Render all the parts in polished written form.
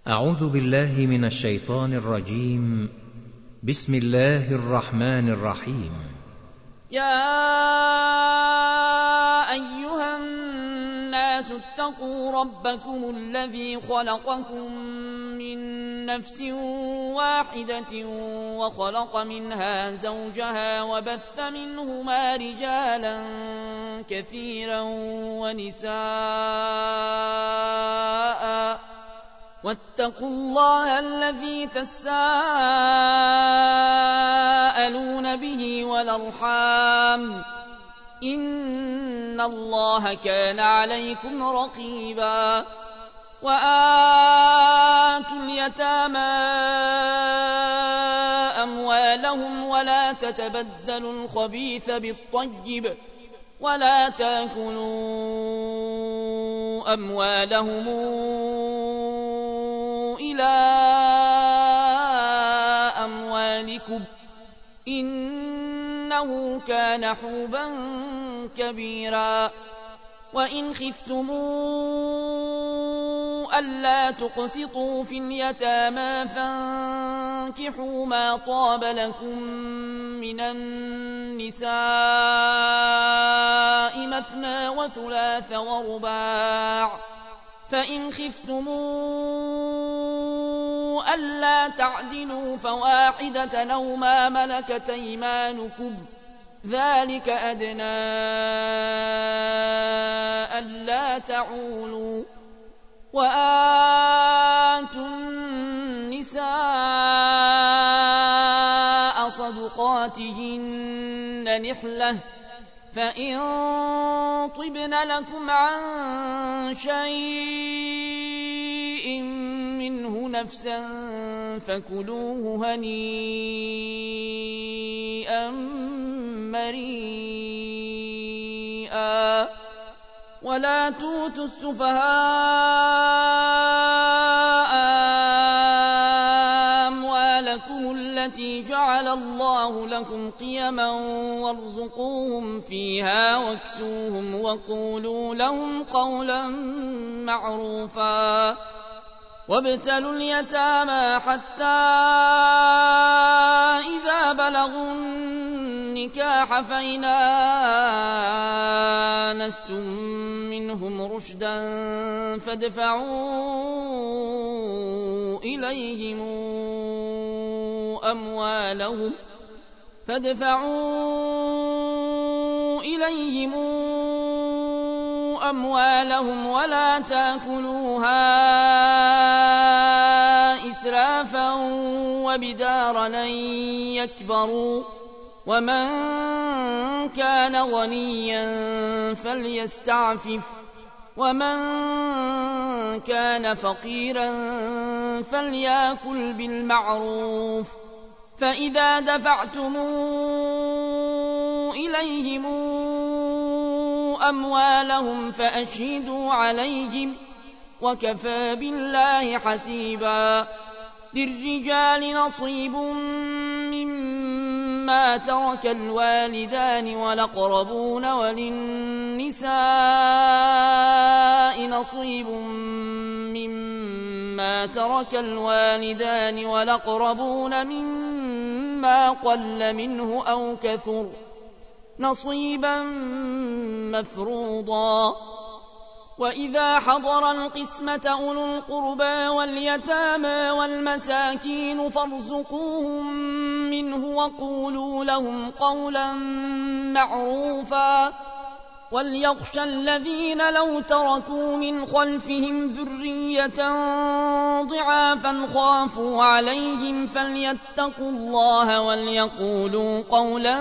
أعوذ بالله من الشيطان الرجيم. بسم الله الرحمن الرحيم. يا أيها الناس اتقوا ربكم الذي خلقكم من نفس واحدة وخلق منها زوجها وبث منهما رجالا كثيرا ونساء واتقوا الله الذي تساءلون به والأرحام إن الله كان عليكم رقيبا. وآتوا اليتامى أموالهم ولا تتبدلوا الخبيث بالطيب ولا تأكلوا أموالهم إلى أموالكم إنه كان حوبا كبيرا. وإن خفتموا ألا تقسطوا في اليتامى فانكحوا ما طاب لكم من النساء مثنى وثلاث ورباع، فإن خفتموا ألا تعدلوا فواحدة أو ما ملكت أيمانكم ذلك أدنى ألا تعولوا. وآتوا النساء صدقاتهن نحلة فإن طبن لكم عن شيء منه نفسا فكلوه هنيئا مريئا. ولا توتوا السفهاء أموالكم التي جعل الله لكم قيما وارزقوهم فيها واكسوهم وقولوا لهم قولا معروفا. وابتلوا اليتامى حتى إذا بلغوا النكاح فإن آنستم منهم رشدا فادفعوا إليهم أموالهم ولا تأكلوها إسرافا وبدارا أن يكبروا. ومن كان غنيا فليستعفف ومن كان فقيرا فليأكل بالمعروف. فإذا دفعتم إليهم أموالهم فأشهدوا عليهم وكفى بالله حسيبا. للرجال نصيب مما ترك الوالدان والأقربون وللنساء نصيب مما ترك الوالدان والأقربون مما قل منه أو كثر نصيبا مفروضا. وإذا حضر القسمة أولو القربى واليتامى والمساكين فارزقوهم منه وقولوا لهم قولا معروفا. وليخشى الذين لو تركوا من خلفهم ذرية ضعافا خافوا عليهم فليتقوا الله وليقولوا قولا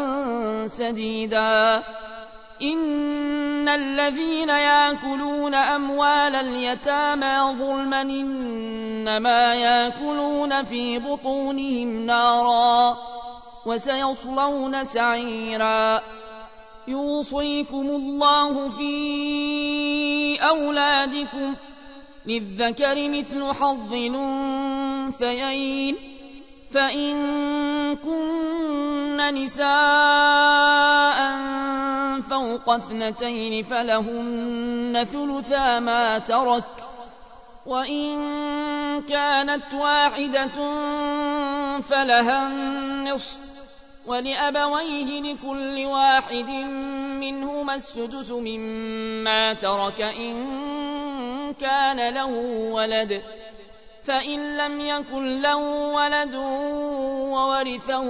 سديدا. إن الذين يأكلون أموال اليتامى ظلما إنما يأكلون في بطونهم نارا وسيصلون سعيرا. يوصيكم الله في أولادكم للذكر مثل حظ الأنثيين فإن كن نساء فوق 2 فلهن ثلثا ما ترك وإن كانت واحدة فلها النصف ولأبويه لكل واحد منهما السدس مما ترك إن كان له ولد فإن لم يكن له ولد وورثه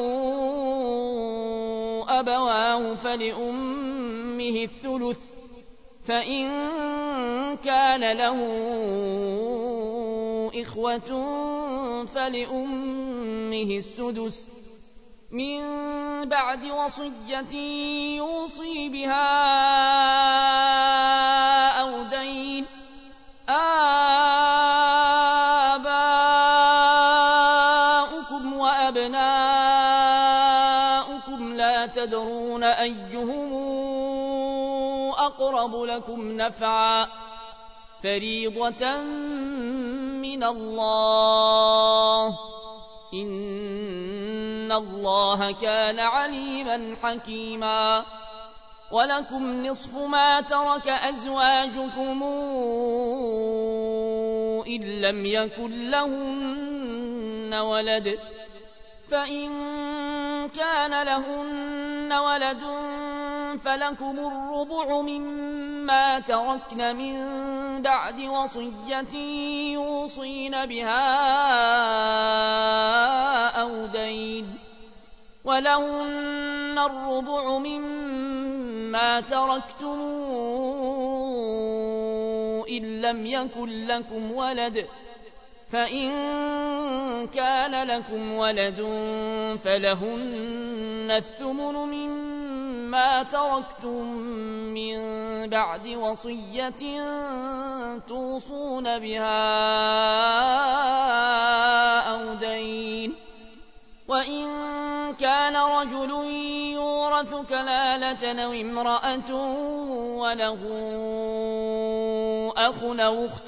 أبواه فلأمه الثلث فإن كان له إخوة فلأمه السدس من بعد وصية يوصي بها أو دين آباؤكم وأبناؤكم لا تدرون أيهم أقرب لكم نفعا فريضة من الله إن الله كان عليما حكيما ولكم نصف ما ترك أزواجكم إن لم يكن لهن ولد فإن كان لهن ولد فلكم الربع مما تركن من بعد وصية يوصين بها أو دين ولهن الربع مما تركتم إن لم يكن لكم ولد فإن كان لكم ولد فلهن الثمن مما تركتم من بعد وصية توصون بها أو دين وإن كان رجل يورث كلالة أو امرأة وله أخ أو أخت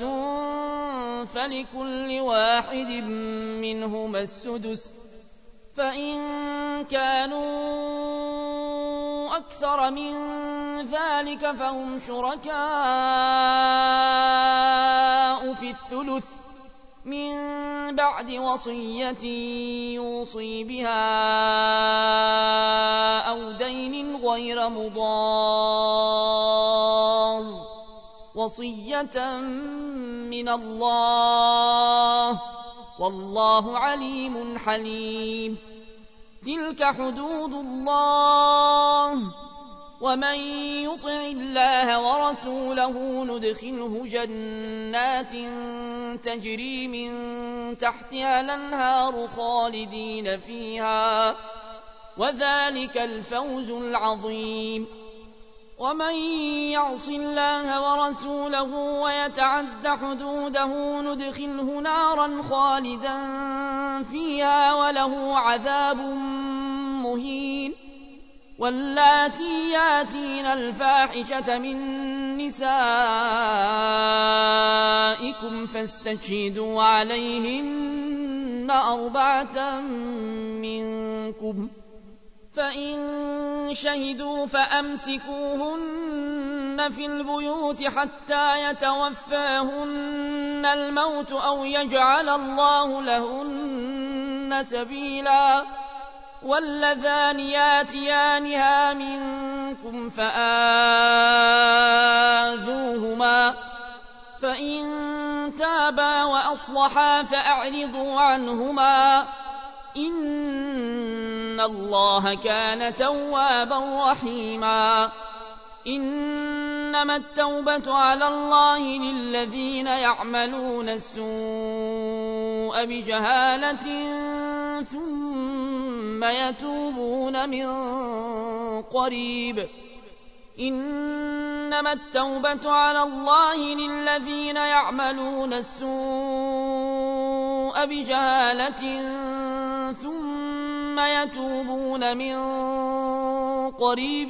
فلكل واحد منهما السدس فإن كانوا أكثر من ذلك فهم شركاء في الثلث من بعد وصية يوصي بها أو دين غير مضار وصية من الله والله عليم حليم تلك حدود الله ومن يطع الله ورسوله ندخله جنات تجري من تحتها الأنهار خالدين فيها وذلك الفوز العظيم ومن يعص الله ورسوله ويتعد حدوده ندخله نارا خالدا فيها وله عذاب مهين واللاتي ياتين الفاحشة من نسائكم فاستشهدوا عليهن 4 منكم فإن شهدوا فأمسكوهن في البيوت حتى يتوفاهن الموت أو يجعل الله لهن سبيلا واللذان ياتيانها منكم فآذوهما فإن تابا وأصلحا فأعرضوا عنهما إن الله كان توابا رحيما إنما التوبة على الله للذين يعملون السوء بجهالة ثم يتوبون من قريب إنما التوبة على الله للذين يعملون السوء بجهالة ثم يتوبون من قريب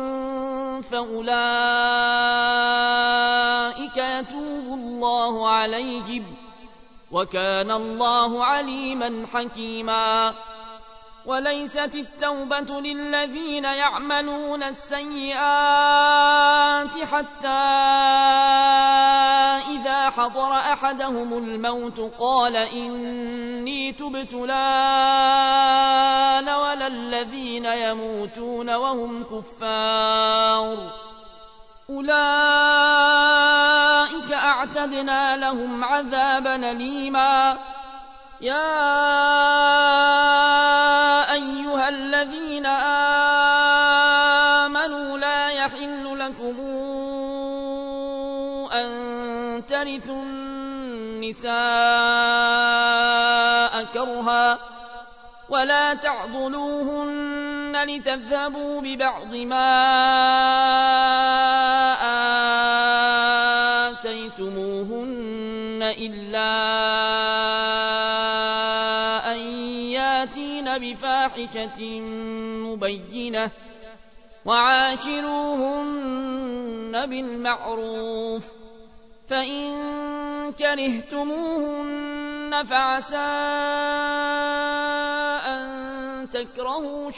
فأولئك يتوب الله عليهم وكان الله عليما حكيما وليست التوبة للذين يعملون السيئات حتى إذا حضر أحدهم الموت قال إني تبت الآن ولا الذين يموتون وهم كفار أولئك أعتدنا لهم عذابا أليما. يا أيها الذين آمنوا لا يحل لكم أن ترثوا النساء كرها ولا تعضلوهن لتذهبوا ببعض ما آتيتموهن إلا أن ياتين بفاحشة مبينة وعاشروهن بالمعروف فإن كرهتموهن فعسى أن تكرهوا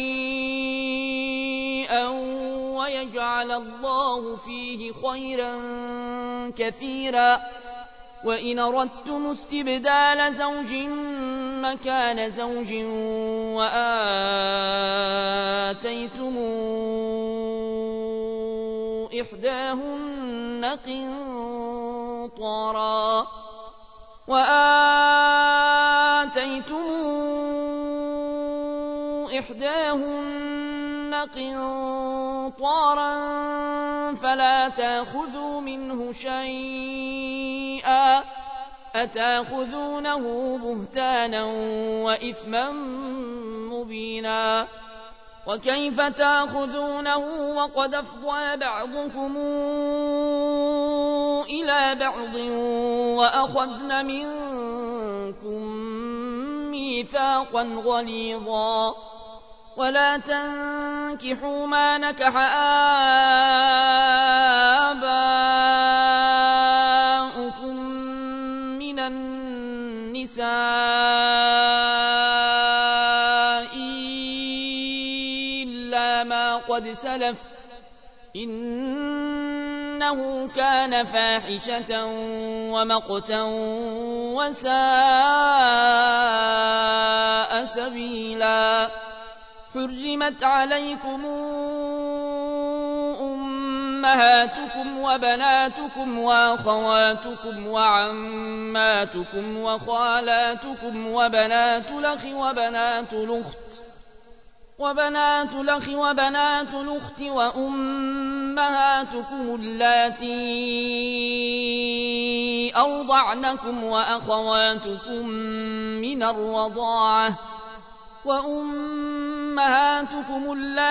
شيئا ويجعل الله فيه خيرا كثيرا. وإن أردتم استبدال زوج مكان زوج وآتيتم إحداهن قنطارا فلا تأخذوا منه شيئا أتأخذونه بهتانا وإثما مبينا. وكيف تأخذونه وقد أفضى بعضكم إلى بعض وأخذن منكم ميثاقا غليظا. ولا تنكحوا ما نكح آباؤكم من النساء إلا ما قد سلف إنه كان فاحشة ومقتا وساء سبيلا. حرمت عليكم أمهاتكم وبناتكم وأخواتكم وعماتكم وخالاتكم وبنات الأخ وبنات الأخت وأمهاتكم اللاتي أرضعنكم وأخواتكم من الرضاعة وأمهاتكم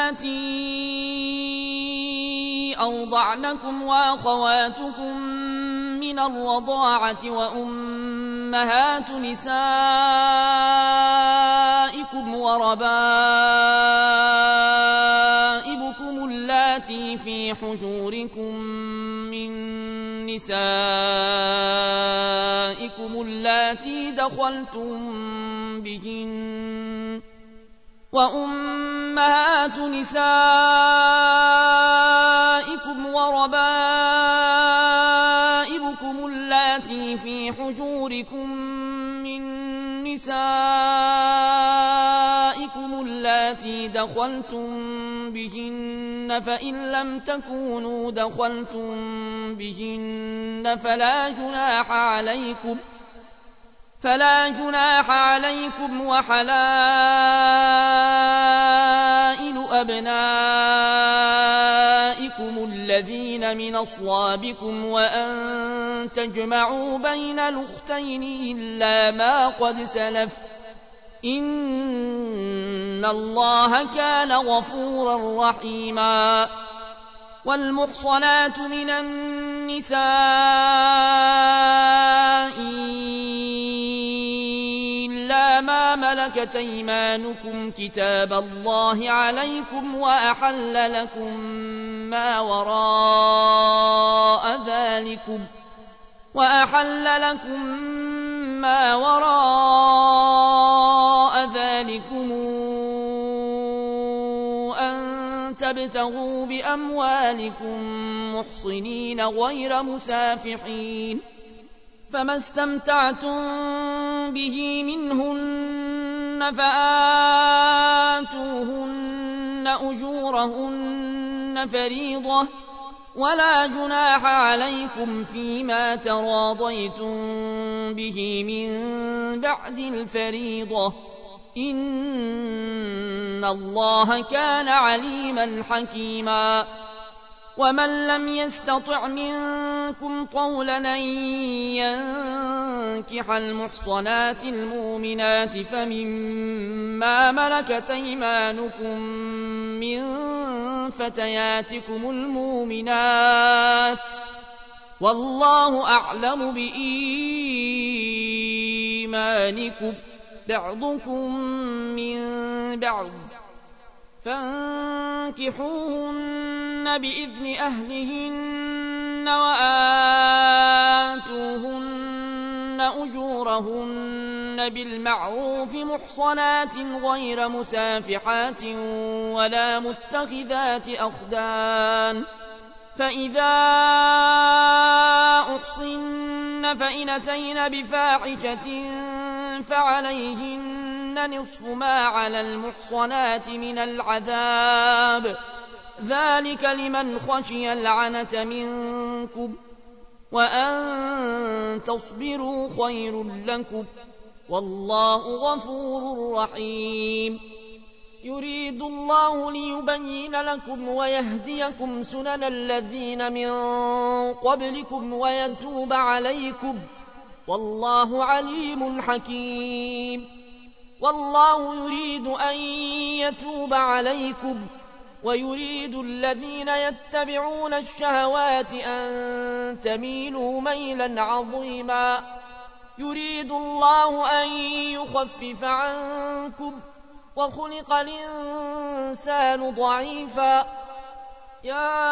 اللاتي أرضعنكم وأخواتكم من الرضاعة وأمهات نسائكم وربائبكم اللاتي في حجوركم من نسائكم اللاتي دخلتم بهن وأمهات نسائكم وربائبكم اللاتي في حجوركم من نسائكم اللاتي دخلتم بهن فإن لم تكونوا دخلتم بهن فلا جناح عليكم وحلائل أبنائكم الذين من أصلابكم وأن تجمعوا بين الأختين إلا ما قد سلف إن الله كان غفورا رحيما. والمحصنات من النساء إلا ما ملكت أيمانكم كتاب الله عليكم وأحل لكم ما وراء ذلكم تبتغوا بأموالكم محصنين غير مسافحين، فما استمتعتم به منهن فآتوهن أجورهن فريضة، ولا جناح عليكم فيما تراضيتم به من بعد الفريضة، إن الله كان عليما حكيما. ومن لم يستطع منكم طولا أن ينكح المحصنات المؤمنات فمما ملكت أيمانكم من فتياتكم المؤمنات، والله أعلم بإيمانكم بعضكم من بعض، فانكحوهن بإذن أهلهن وآتوهن أجورهن بالمعروف محصنات غير مسافحات ولا متخذات أخدان، فإذا أحصن فإن أتين بفاحشة فعليهن نصف ما على المحصنات من العذاب، ذلك لمن خشي العنة منكم، وأن تصبروا خير لكم، والله غفور رحيم. يريد الله ليبين لكم ويهديكم سنن الذين من قبلكم ويتوب عليكم، والله عليم حكيم. والله يريد أن يتوب عليكم، ويريد الذين يتبعون الشهوات أن تميلوا ميلا عظيما. يريد الله أن يخفف عنكم، وخلق الإنسان ضعيفا. يا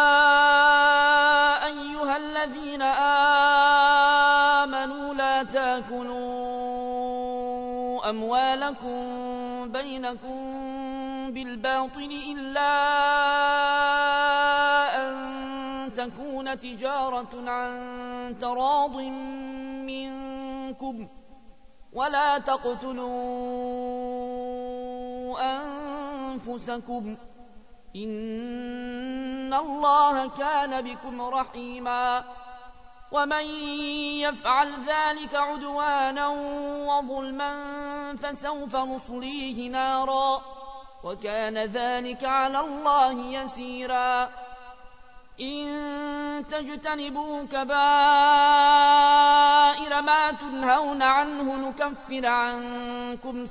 أيها الذين آمنوا لا تأكلوا أموالكم بينكم بالباطل إلا أن تكون تجارة عن تراض منكم، ولا تقتلوا أنفسكم، إن الله كان بكم رحيما. ومن يفعل ذلك عدوانا وظلما فسوف نصليه نارا، وكان ذلك على الله يسيرا. إن تجتنبوا كبائر ما تنهون عنه نكفر عنكم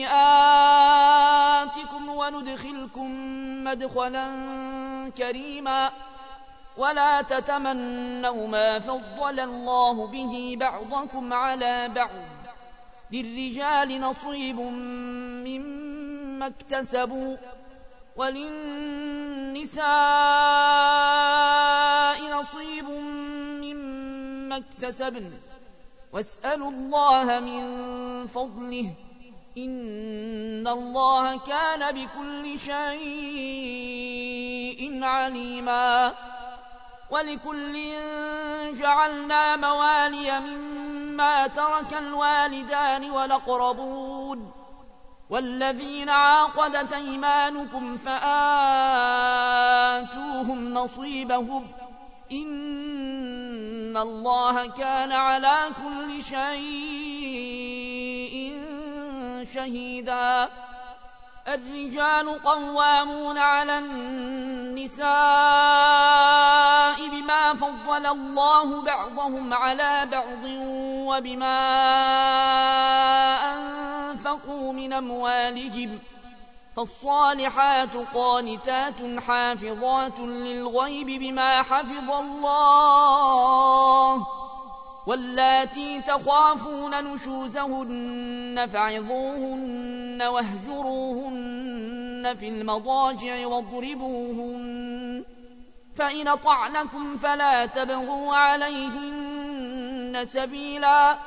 سيئاتكم وندخلكم مدخلا كريما. ولا تتمنوا ما فضل الله به بعضكم على بعض، للرجال نصيب مما اكتسبوا وللنساء نصيب مما اكتسبن، واسألوا الله من فضله، إن الله كان بكل شيء عليما. ولكل جعلنا موالي مما ترك الوالدان والأقربون والذين عاقدت أيمانكم فآتوهم نصيبهم، إن الله كان على كل شيء شهيدا. الرجال قوامون على النساء بما فضل الله بعضهم على بعض وبما أنفقوا من أموالهم، فالصالحات قانتات حافظات للغيب بما حفظ الله، واللاتي تخافون نشوزهن فعظوهن واهجروهن في المضاجع واضربوهن، فإن أطعنكم فلا تبغوا عليهن سبيلا،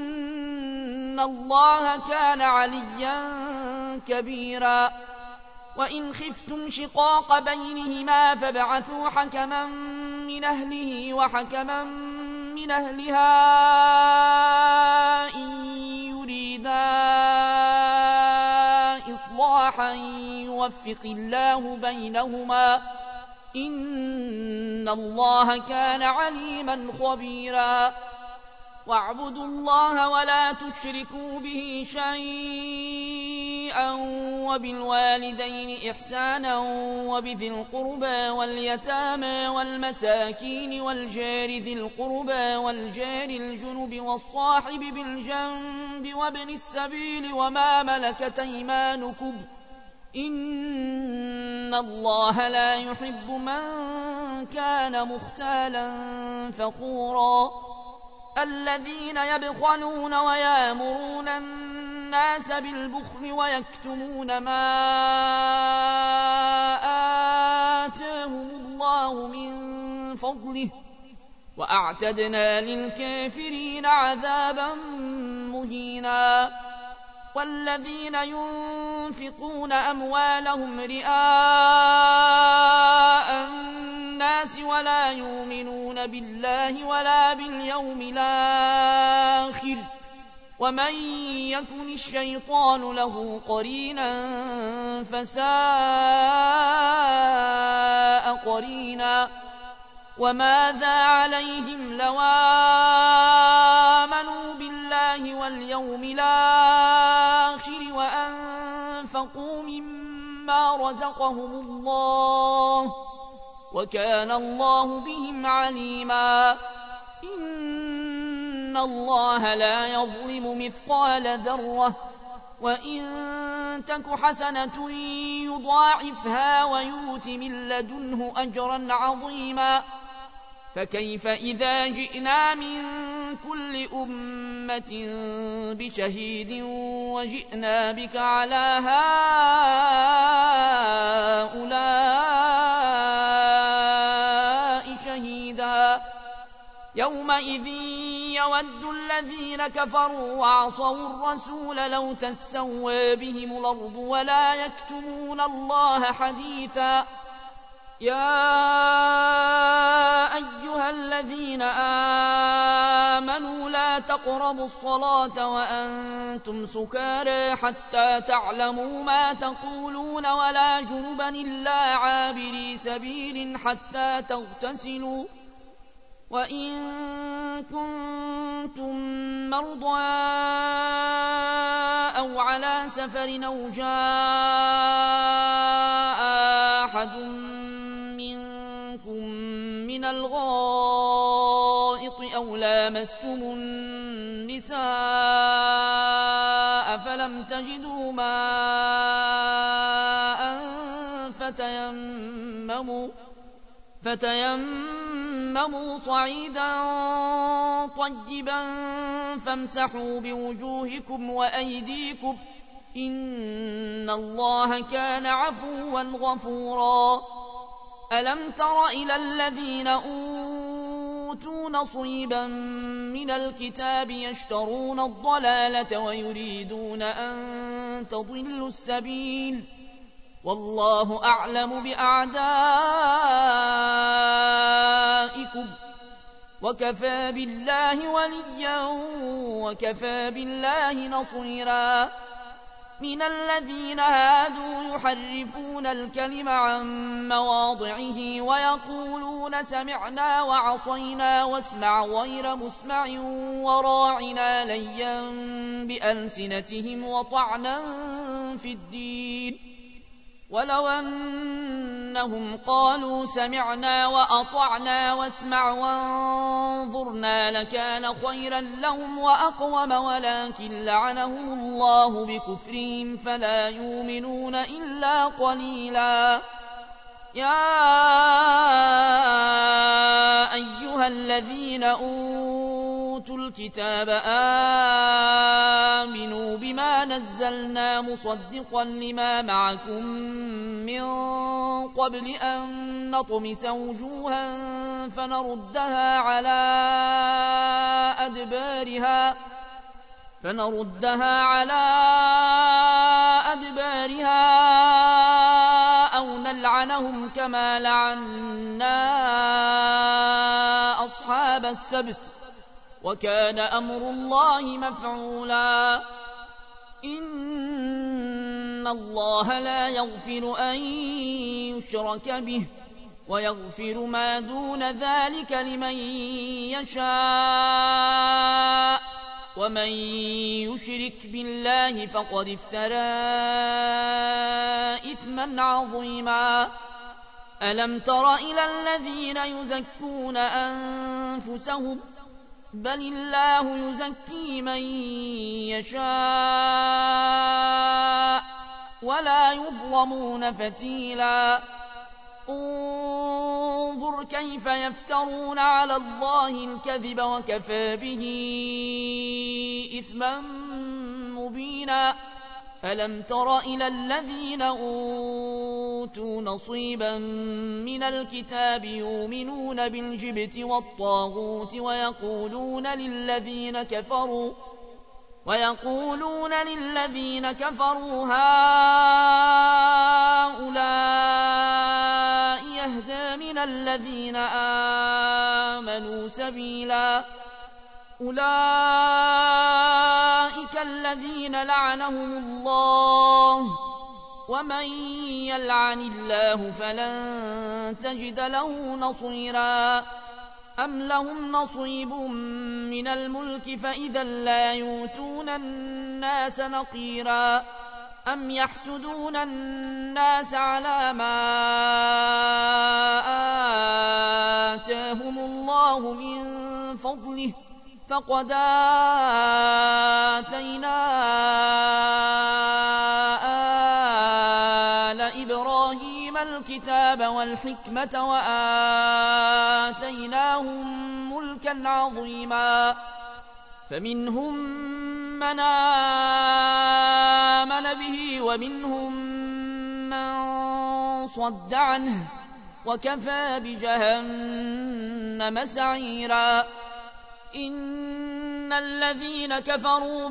إن الله كان عليا كبيرا. وإن خفتم شقاق بينهما فابعثوا حكما من أهله وحكما من أهلها إن يريدا إصلاحا يوفق الله بينهما إن الله كان عليما خبيرا واعبدوا الله ولا تشركوا به شيئا وبالوالدين إحسانا وبذي القربى واليتامى والمساكين والجار ذي القربى والجار الجنب والصاحب بالجنب وابن السبيل وما ملكت أيمانكم إن الله لا يحب من كان مختالا فخورا الذين يبخلون ويامرون الناس بالبخل ويكتمون ما آتاهم الله من فضله وأعتدنا للكافرين عذابا مهينا والذين ينفقون أموالهم رئاء الناس ولا يؤمنون بالله ولا باليوم الآخر ومن يكن الشيطان له قرينا فساء قرينا وماذا عليهم لو آمنوا بالله واليوم الآخر وأنفقوا مما رزقهم الله وكان الله بهم عليما إن الله لا يظلم مثقال ذرة وإن تك حسنة يضاعفها ويؤت من لدنه أجرا عظيما فكيف إذا جئنا من كل أمة بشهيد وجئنا بك على هؤلاء شهيدا يومئذ يود الذين كفروا وعصوا الرسول لو تسوى بهم الأرض ولا يكتمون الله حديثا يا أيها الذين آمنوا لا تقربوا الصلاة وأنتم سكارى حتى تعلموا ما تقولون ولا جنبا إلا عابري سبيل حتى تغتسلوا وإن كنتم مرضى أو على سفر أو جاء أحد منكم من الغائط أو لامستم النساء فلم تجدوا ماء فتيمموا صعيدا طيبا فامسحوا بوجوهكم وأيديكم إن الله كان عفوا غفورا ألم تر إلى الذين أوتوا نصيبا من الكتاب يشترون الضلالة ويريدون أن تضلوا السبيل والله أعلم بأعدائكم وكفى بالله وليا وكفى بالله نصيرا من الذين هادوا يحرفون الكلم عن مواضعه ويقولون سمعنا وعصينا واسمع غير مسمع وراعنا ليا بألسنتهم وطعنا في الدين ولو أنهم قالوا سمعنا وأطعنا واسمع وانظرنا لكان خيرا لهم وأقوم ولكن لعنهم الله بكفرهم فلا يؤمنون إلا قليلا يا أيها الذين أوتوا الكتاب آمنوا بما نزلنا مصدقا لما معكم من قبل أن نطمس وجوها فنردها على أدبارها لعنهم كما لعنا أصحاب السبت وكان أمر الله مفعولا إن الله لا يغفر أن يشرك به ويغفر ما دون ذلك لمن يشاء ومن يشرك بالله فقد افترى إثما عظيما ألم تر إلى الذين يزكون أنفسهم بل الله يزكي من يشاء ولا يظلمون فتيلا انظر كيف يفترون على الله الكذب وكفى به إثما مبينا ألم تر إلى الذين أوتوا نصيبا من الكتاب يؤمنون بالجبت والطاغوت ويقولون للذين كفروا هؤلاء يهدى من الذين آمنوا سبيلا أولئك الذين لعنهم الله ومن يلعن الله فلن تجد له نصيرا أم لهم نصيب من الملك فإذا لا يؤتون الناس نقيرا أم يحسدون الناس على ما آتاهم الله من فضله فقد آتينا آل إبراهيم الكتاب والحكمة وآتيناهم ملكا عظيما فمنهم من آمن به ومنهم من صد عنه وكفى بجهنم سعيرا إن الذين كفروا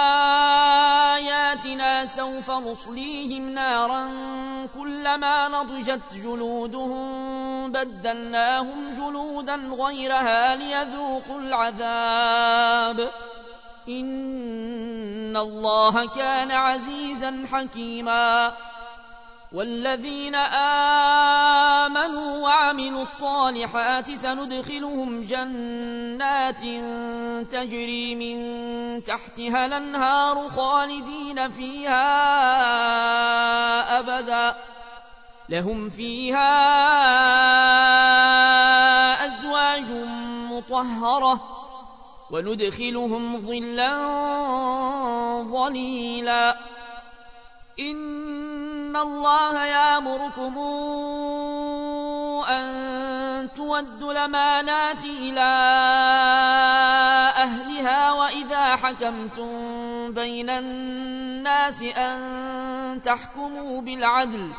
بآياتنا سوف نصليهم نارا كلما نضجت جلودهم بدلناهم جلودا غيرها ليذوقوا العذاب إن الله كان عزيزا حكيما والذين آمنوا وعملوا الصالحات سندخلهم جنات تجري من تحتها الأنهار خالدين فيها أبدا لهم فيها أزواج مطهرة وندخلهم ظلا ظليلا إن الله يأمركم أن تودوا الأمانات إلى أهلها وإذا حكمتم بين الناس أن تحكموا بالعدل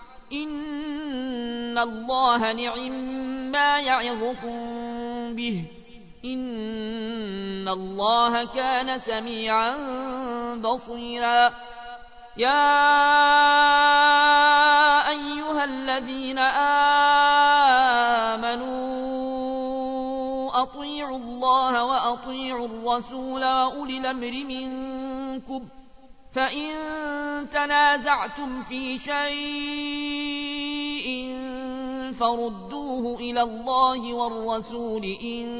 إن الله نعم ما يعظكم به إن الله كان سميعا بصيرا يا أيها الذين آمنوا أطيعوا الله وأطيعوا الرسول وأولي الأمر منكم فإن تنازعتم في شيء فردوه إلى الله والرسول إن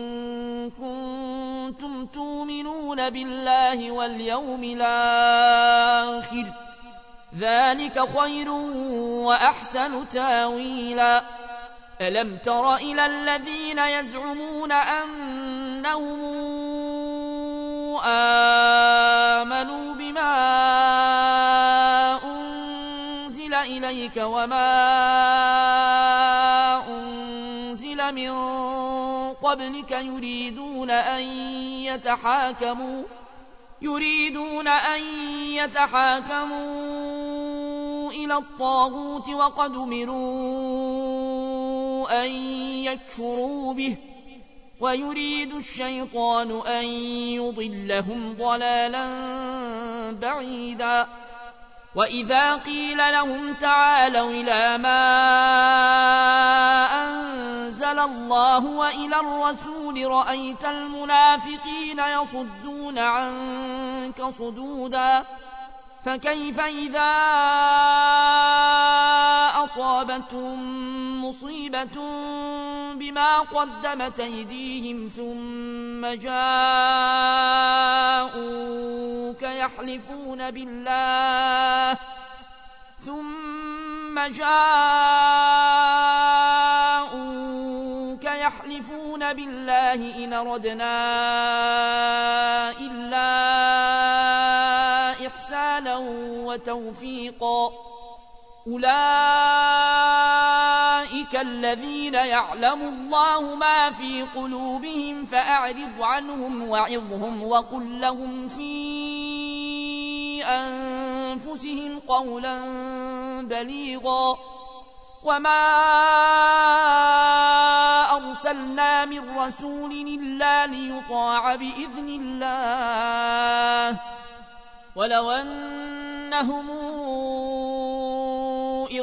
كنتم تؤمنون بالله واليوم الآخر ذلك خير وأحسن تاويلا ألم تر إلى الذين يزعمون أنهم آمنوا بما أنزل إليك وما أنزل من قبلك يريدون أن يتحاكموا إلى الطاغوت وقد أمروا أن يكفروا به ويريد الشيطان أن يضلهم ضلالا بعيدا وإذا قيل لهم تعالوا إلى ما أنزل الله وإلى الرسول رأيت المنافقين يصدون عنك صدودا فكيف إذا أصابتهم مصيبة بما قدمت أيديهم ثم جاءوك يحلفون بالله إن أردنا إلا إحسانا وتوفيقا أولئك الذين يعلم الله ما في قلوبهم فأعرض عنهم وعظهم وقل لهم في أنفسهم قولا بليغا وما أرسلنا من رسول إلا ليطاع بإذن الله ولو أنهم إذ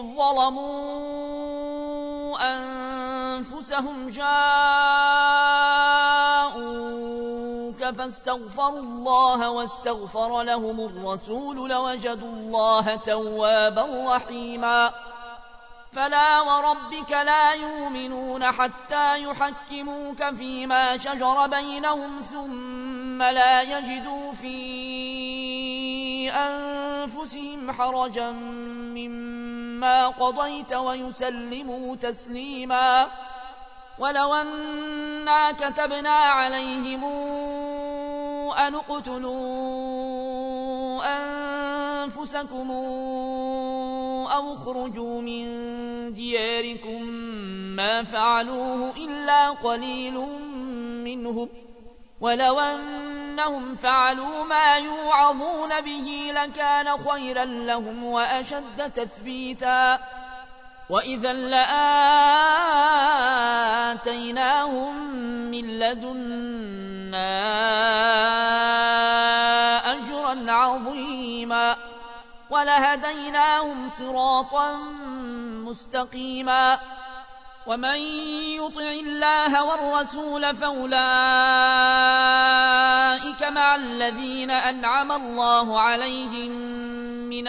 ظلموا أنفسهم جاءوك فاستغفروا الله واستغفر لهم الرسول لوجدوا الله توابا رحيما فلا وربك لا يؤمنون حتى يحكموك فيما شجر بينهم ثم لا يجدوا في أنفسهم حرجا مما قضيت ويسلموا تسليما ولو أنا كتبنا عليهم أن اقتلوا أنفسكم أو اخرجوا من دياركم ما فعلوه إلا قليل منهم ولو أنهم فعلوا ما يوعظون به لكان خيرا لهم وأشد تثبيتا وإذا لآتيناهم من لدنا أجرا عظيما ولهديناهم صراطا مستقيما ومن يطع الله والرسول فأولئك مع الذين أنعم الله عليهم من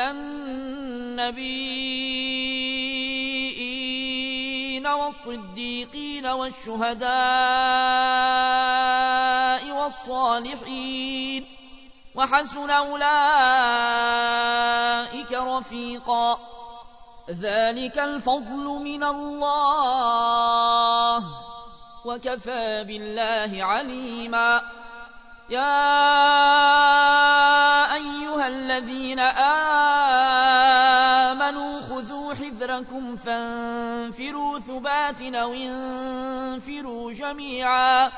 النبيين والصديقين والشهداء والصالحين وحسن أولئك رفيقا ذلك الفضل من الله وكفى بالله عليما يا أيها الذين آمنوا خذوا حذركم فانفروا ثبات أو انفروا جميعا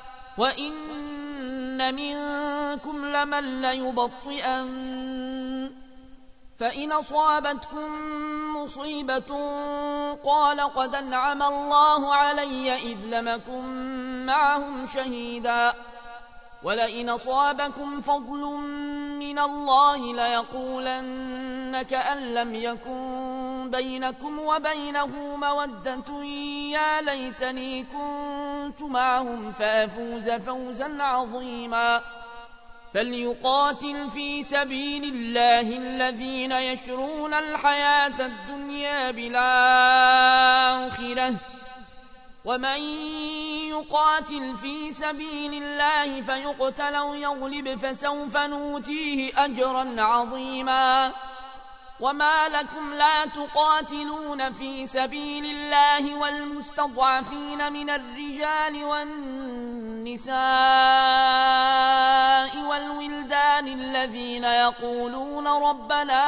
وإن منكم لمن ليبطئن فإن أصابتكم مصيبة قال قد أنعم الله علي إذ لم أكن معهم شهيدا ولئن أصابكم فضل من الله ليقولن كأن لم يكن بينكم وبينه مودة يا ليتني كنت معهم فأفوز فوزا عظيما فليقاتل في سبيل الله الذين يشرون الحياة الدنيا بالآخرة ومن يقاتل في سبيل الله فيقتل أو يغلب فسوف نؤتيه أجرا عظيما وما لكم لا تقاتلون في سبيل الله والمستضعفين من الرجال والنساء والولدان الذين يقولون ربنا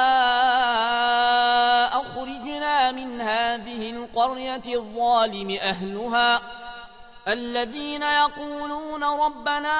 أخرجنا من هذه القرية الظالم أهلها الذين يقولون ربنا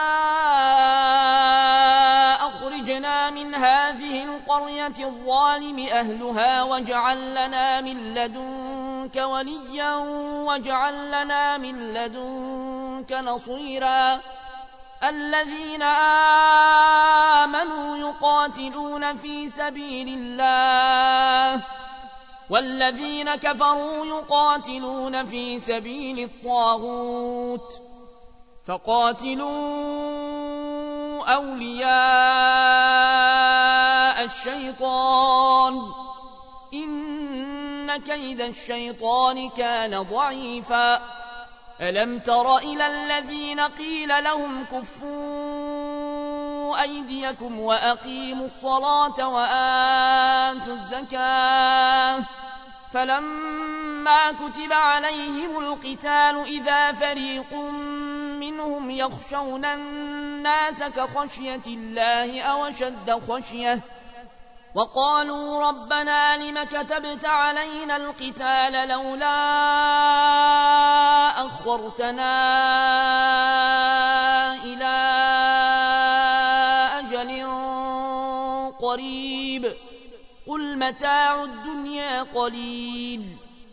أخرجنا من هذه القرية الظالم أهلها واجعل لنا من لدنك وليا واجعل لنا من لدنك نصيرا الذين آمنوا يقاتلون يقاتلون في سبيل الله والذين كفروا يقاتلون في سبيل الطاغوت فقاتلوا أولياء الشيطان إن كيد الشيطان كان ضعيفا ألم تر إلى الذين قيل لهم كفوا أيديكم وأقيموا الصلاة وآتوا الزكاة فلما كتب عليهم القتال إذا فريق منهم يخشون الناس كخشية الله أو أشد خشية وقالوا ربنا لم كتبت علينا القتال لولا أخرتنا إلى أجل قريب قل متاع الدنيا قليل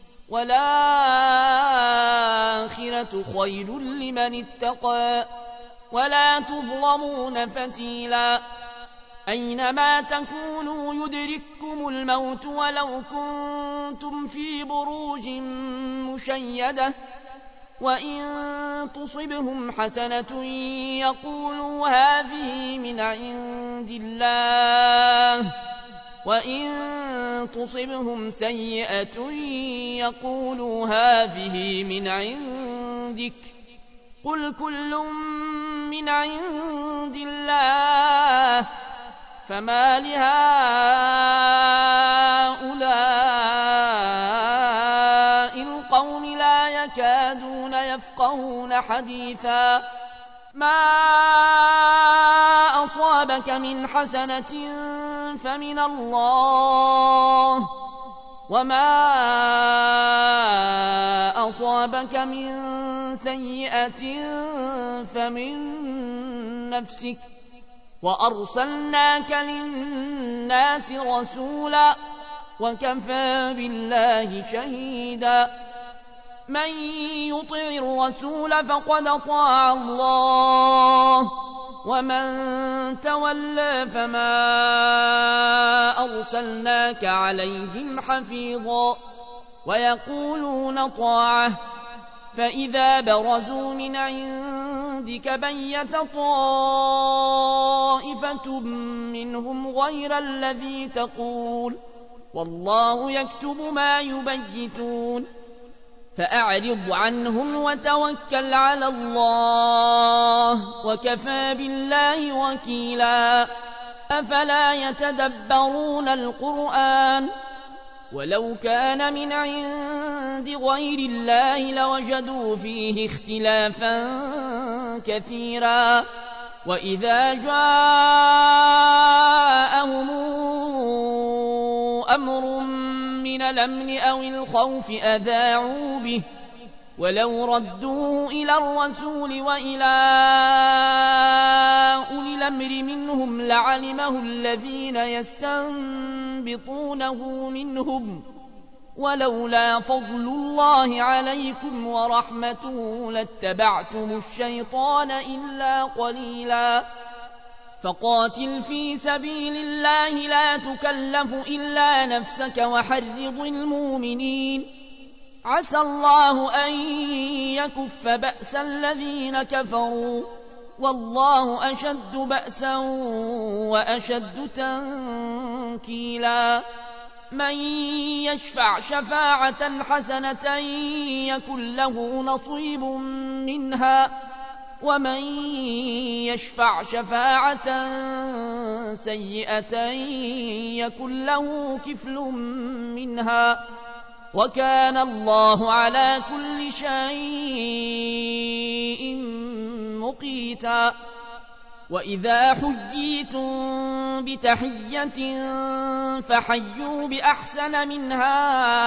والآخرة خير لمن اتقى ولا تظلمون فتيلا أينما تكونوا يدرككم الموت ولو كنتم في بروج مشيدة وإن تصبهم حسنة يقولوا هذه من عند الله وإن تصبهم سيئة يقولوا هذه من عندك قل كل من عند الله فما لهؤلاء القوم لا يكادون يفقهون حديثا ما أصابك من حسنة فمن الله وما أصابك من سيئة فمن نفسك وأرسلناك للناس رسولا وكفى بالله شهيدا من يطع الرسول فقد طاع الله ومن تولى فما أرسلناك عليهم حفيظا ويقولون طاعة فإذا برزوا من عندك بيت طائفة منهم غير الذي تقول والله يكتب ما يبيتون فأعرض عنهم وتوكل على الله وكفى بالله وكيلا أفلا يتدبرون القرآن ولو كان من عند غير الله لوجدوا فيه اختلافا كثيرا وإذا جاءهم أمر من الأمن أو الخوف أذاعوا به ولو ردوه إلى الرسول وإلى أولي الأمر منهم لعلمه الذين يستنبطونه منهم ولولا فضل الله عليكم ورحمته لاتبعتم الشيطان إلا قليلا فقاتل في سبيل الله لا تكلف إلا نفسك وحرض المؤمنين عسى الله أن يكف بأس الذين كفروا والله أشد بأسا وأشد تنكيلا من يشفع شفاعة حسنة يكن له نصيب منها ومن يشفع شفاعة سيئة يكن له كفل منها وكان الله على كل شيء مقيتا وإذا حييتم بتحية فحيوا بأحسن منها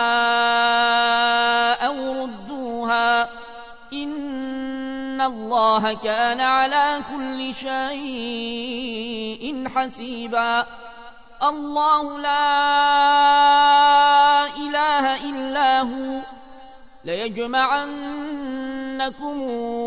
أو ردوها إن الله كان على كل شيء حسيبا الله لا إله إلا هو ليجمعنكم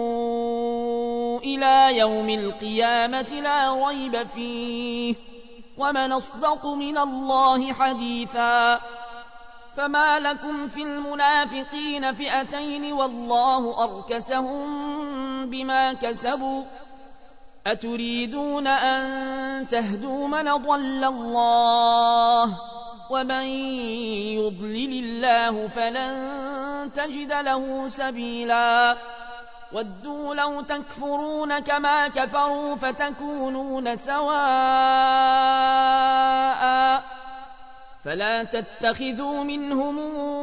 إلى يوم القيامة لا ريب فيه ومن أصدق من الله حديثا فما لكم في المنافقين فئتين والله أركسهم بما كسبوا أتريدون أن تهدوا من ضل الله ومن يضلل الله فلن تجد له سبيلا ودوا لو تكفرون كما كفروا فتكونون سواء فلا تتخذوا منهم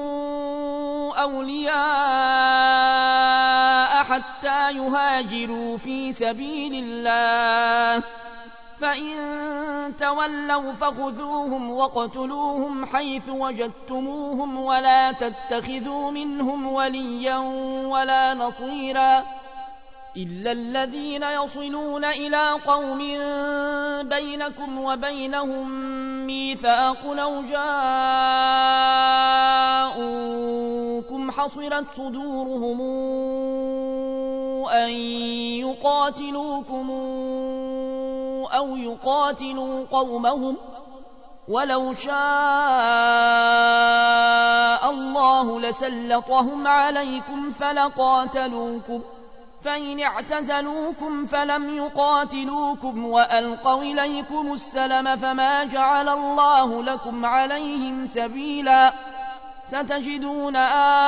أولياء حتى يهاجروا في سبيل الله فإن تولوا فخذوهم واقتلوهم حيث وجدتموهم ولا تتخذوا منهم وليا ولا نصيرا إلا الذين يصلون إلى قوم بينكم وبينهم ميثاق لو جاءوكم حصرت صدورهم أن يقاتلوكم أو يقاتلوا قومهم ولو شاء الله لسلطهم عليكم فلقاتلوكم فإن اعتزلوكم فلم يقاتلوكم وألقوا إليكم السلم فما جعل الله لكم عليهم سبيلا ستجدون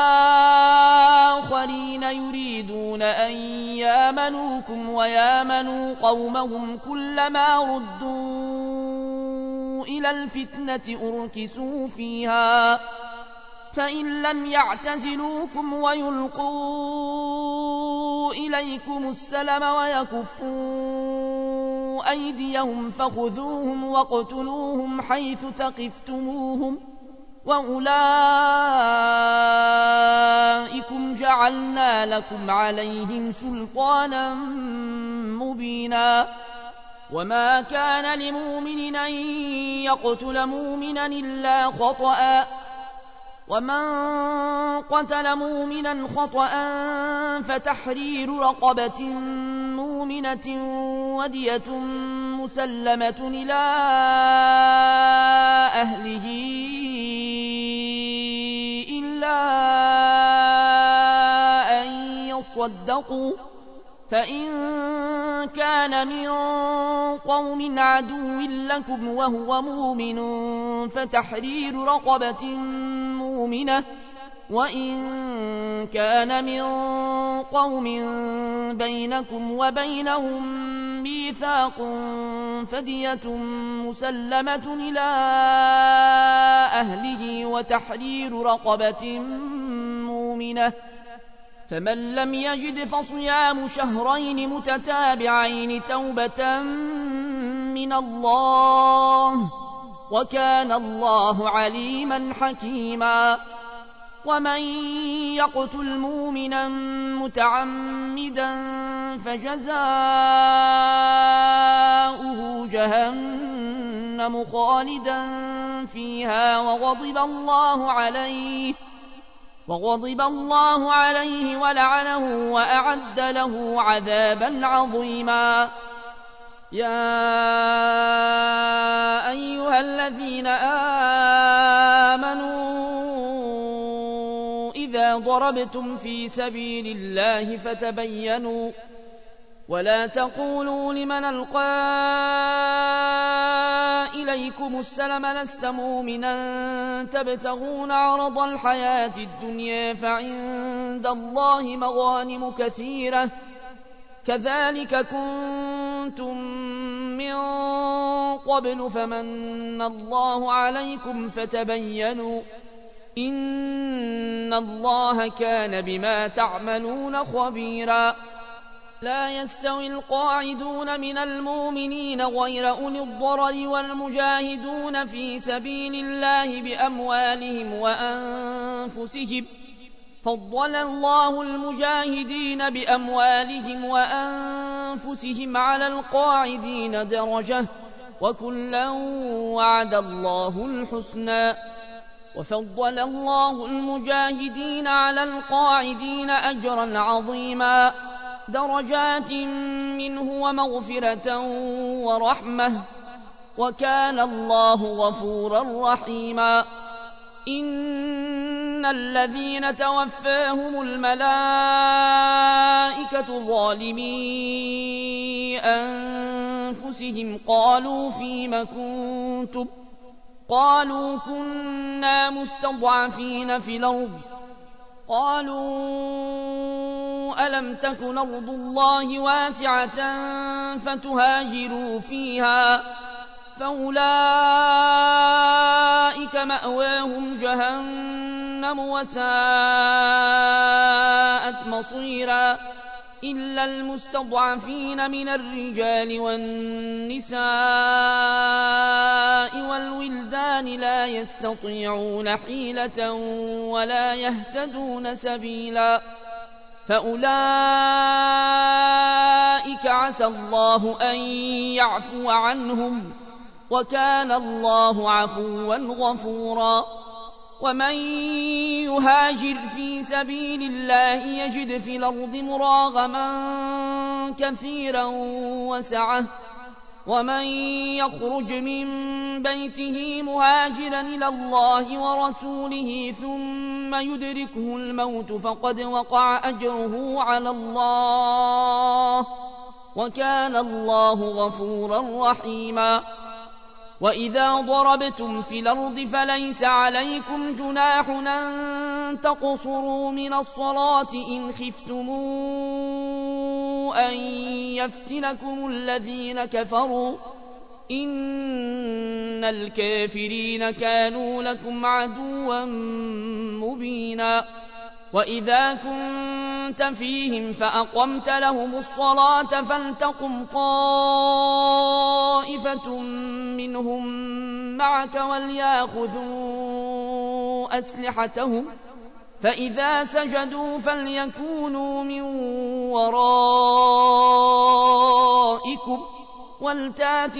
آخرين يريدون أن يامنوكم ويامنوا قومهم كلما ردوا إلى الفتنة أركسوا فيها فإن لم يعتزلوكم ويلقوا إليكم السلم ويكفوا أيديهم فخذوهم واقتلوهم حيث ثقفتموهم وأولئكم جعلنا لكم عليهم سلطانا مبينا وما كان لمؤمن أن يقتل مؤمنا إلا خطأ ومن قتل مؤمنا خطأ فتحرير رقبة مؤمنة ودية مسلمة إلى أهله إلا أن يصدقوا فإن كان من قوم عدو لكم وهو مؤمن فتحرير رقبة مؤمنة وإن كان من قوم بينكم وبينهم ميثاق فدية مسلمة إلى أهله وتحرير رقبة مؤمنة فمن لم يجد فصيام شهرين متتابعين توبة من الله وكان الله عليما حكيما ومن يقتل مؤمنا متعمدا فجزاؤه جهنم خالدا فيها وغضب الله عليه ولعنه وأعد له عذابا عظيما يا أيها الذين آمنوا إذا ضربتم في سبيل الله فتبينوا ولا تقولوا لمن ألقى إليكم السلم لست مؤمنا تبتغون عرض الحياة الدنيا فعند الله مغانم كثيرة كذلك كنتم من قبل فمن الله عليكم فتبينوا إن الله كان بما تعملون خبيرا لا يستوي القاعدون من المؤمنين غير أولي الضرر والمجاهدون في سبيل الله بأموالهم وأنفسهم فضل الله المجاهدين بأموالهم وأنفسهم على القاعدين درجة وكلا وعد الله الحسنى وفضل الله المجاهدين على القاعدين أجرا عظيما درجات منه ومغفرة ورحمة وكان الله غفورا رحيما إن الذين توفاهم الملائكة ظالمي أنفسهم قالوا فيم كنتم قالوا كنا مستضعفين في الأرض قالوا ألم تكن أرض الله واسعة فتهاجروا فيها فأولئك مأواهم جهنم وساءت مصيرا إلا المستضعفين من الرجال والنساء والولدان لا يستطيعون حيلة ولا يهتدون سبيلا فأولئك عسى الله أن يعفو عنهم وكان الله عفوا غفورا ومن يهاجر في سبيل الله يجد في الأرض مراغما كثيرا وسعة ومن يخرج من بيته مهاجرا إلى الله ورسوله ثم يدركه الموت فقد وقع أجره على الله وكان الله غفورا رحيما وإذا ضربتم في الأرض فليس عليكم جناح أن تقصروا من الصلاة إن خفتم أن يفتنكم الذين كفروا إن الكافرين كانوا لكم عدوا مبينا وإذا كنت فيهم فأقمت لهم الصلاة فلتقم طائفة منهم معك وليأخذوا أسلحتهم فإذا سجدوا فليكونوا من ورائكم ولتات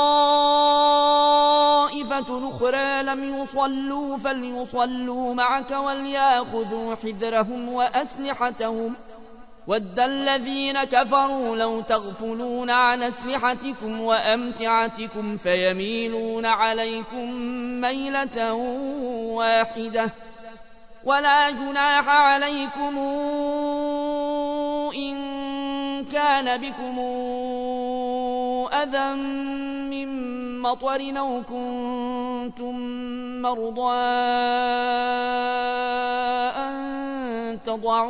طائفة أخرى لم يصلوا فليصلوا معك وليأخذوا حذرهم وأسلحتهم ود الذين كفروا لو تغفلون عن أسلحتكم وأمتعتكم فيميلون عليكم ميلة واحدة ولا جناح عليكم إن كان بكم أذى من مطر أو كنتم مرضى أن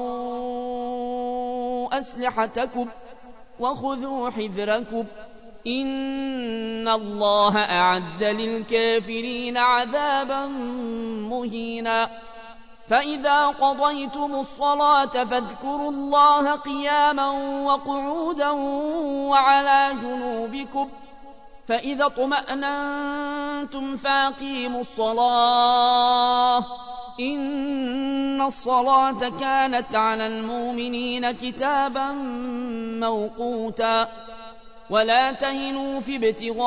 تضعوا أسلحتكم وخذوا حذركم إن الله أعد للكافرين عذابا مهينا فإذا قضيتم الصلاة فاذكروا الله قياما وقعودا وعلى جنوبكم فإذا اطمأننتم فأقيموا الصلاة إن الصلاة كانت على المؤمنين كتابا موقوتا ولا تهنوا في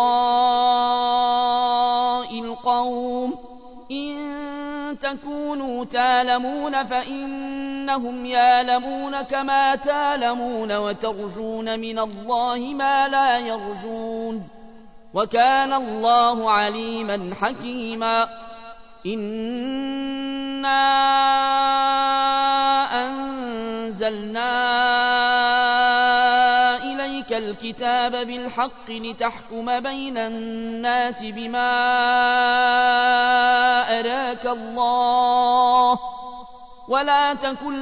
ابتغاء القوم إن تكونوا تالمون فإنهم يالمون كما تالمون وترجون من الله ما لا يرجون وكان الله عليما حكيما إنا أنزلنا إليك الكتاب بالحق لتحكم بين الناس بما أراك الله ولا تكن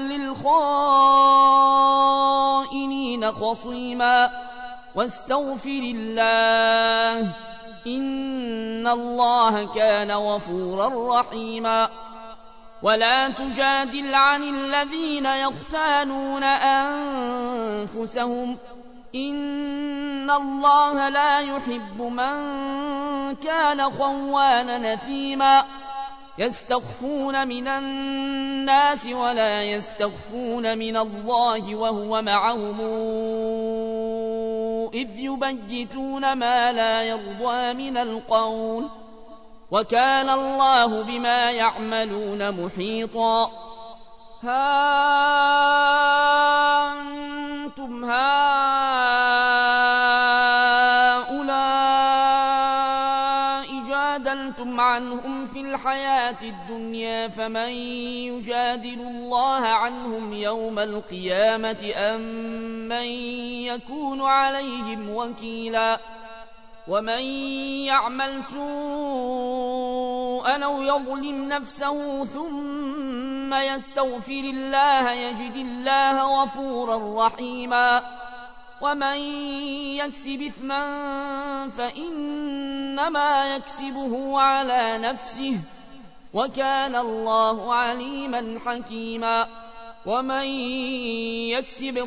للخائنين خصيما واستغفر الله إن الله كان غفورا رحيما ولا تجادل عن الذين يختانون أنفسهم إن الله لا يحب من كان خوانا نثيما يستخفون من الناس ولا يستخفون من الله وهو معهم إذ يبيتون ما لا يرضى من القول وكان الله بما يعملون محيطا ها أنتم هؤلاء جادلتم عنهم في الحياة الدنيا فمن يجادل الله عنهم يوم القيامة أم من يكون عليهم وكيلا ومن يعمل سوءا أو يظلم نفسه ثم يستغفر الله يجد الله غفورا رحيما ومن يكسب إثما فإنما يكسبه على نفسه وكان الله عليما حكيما ومن يكسب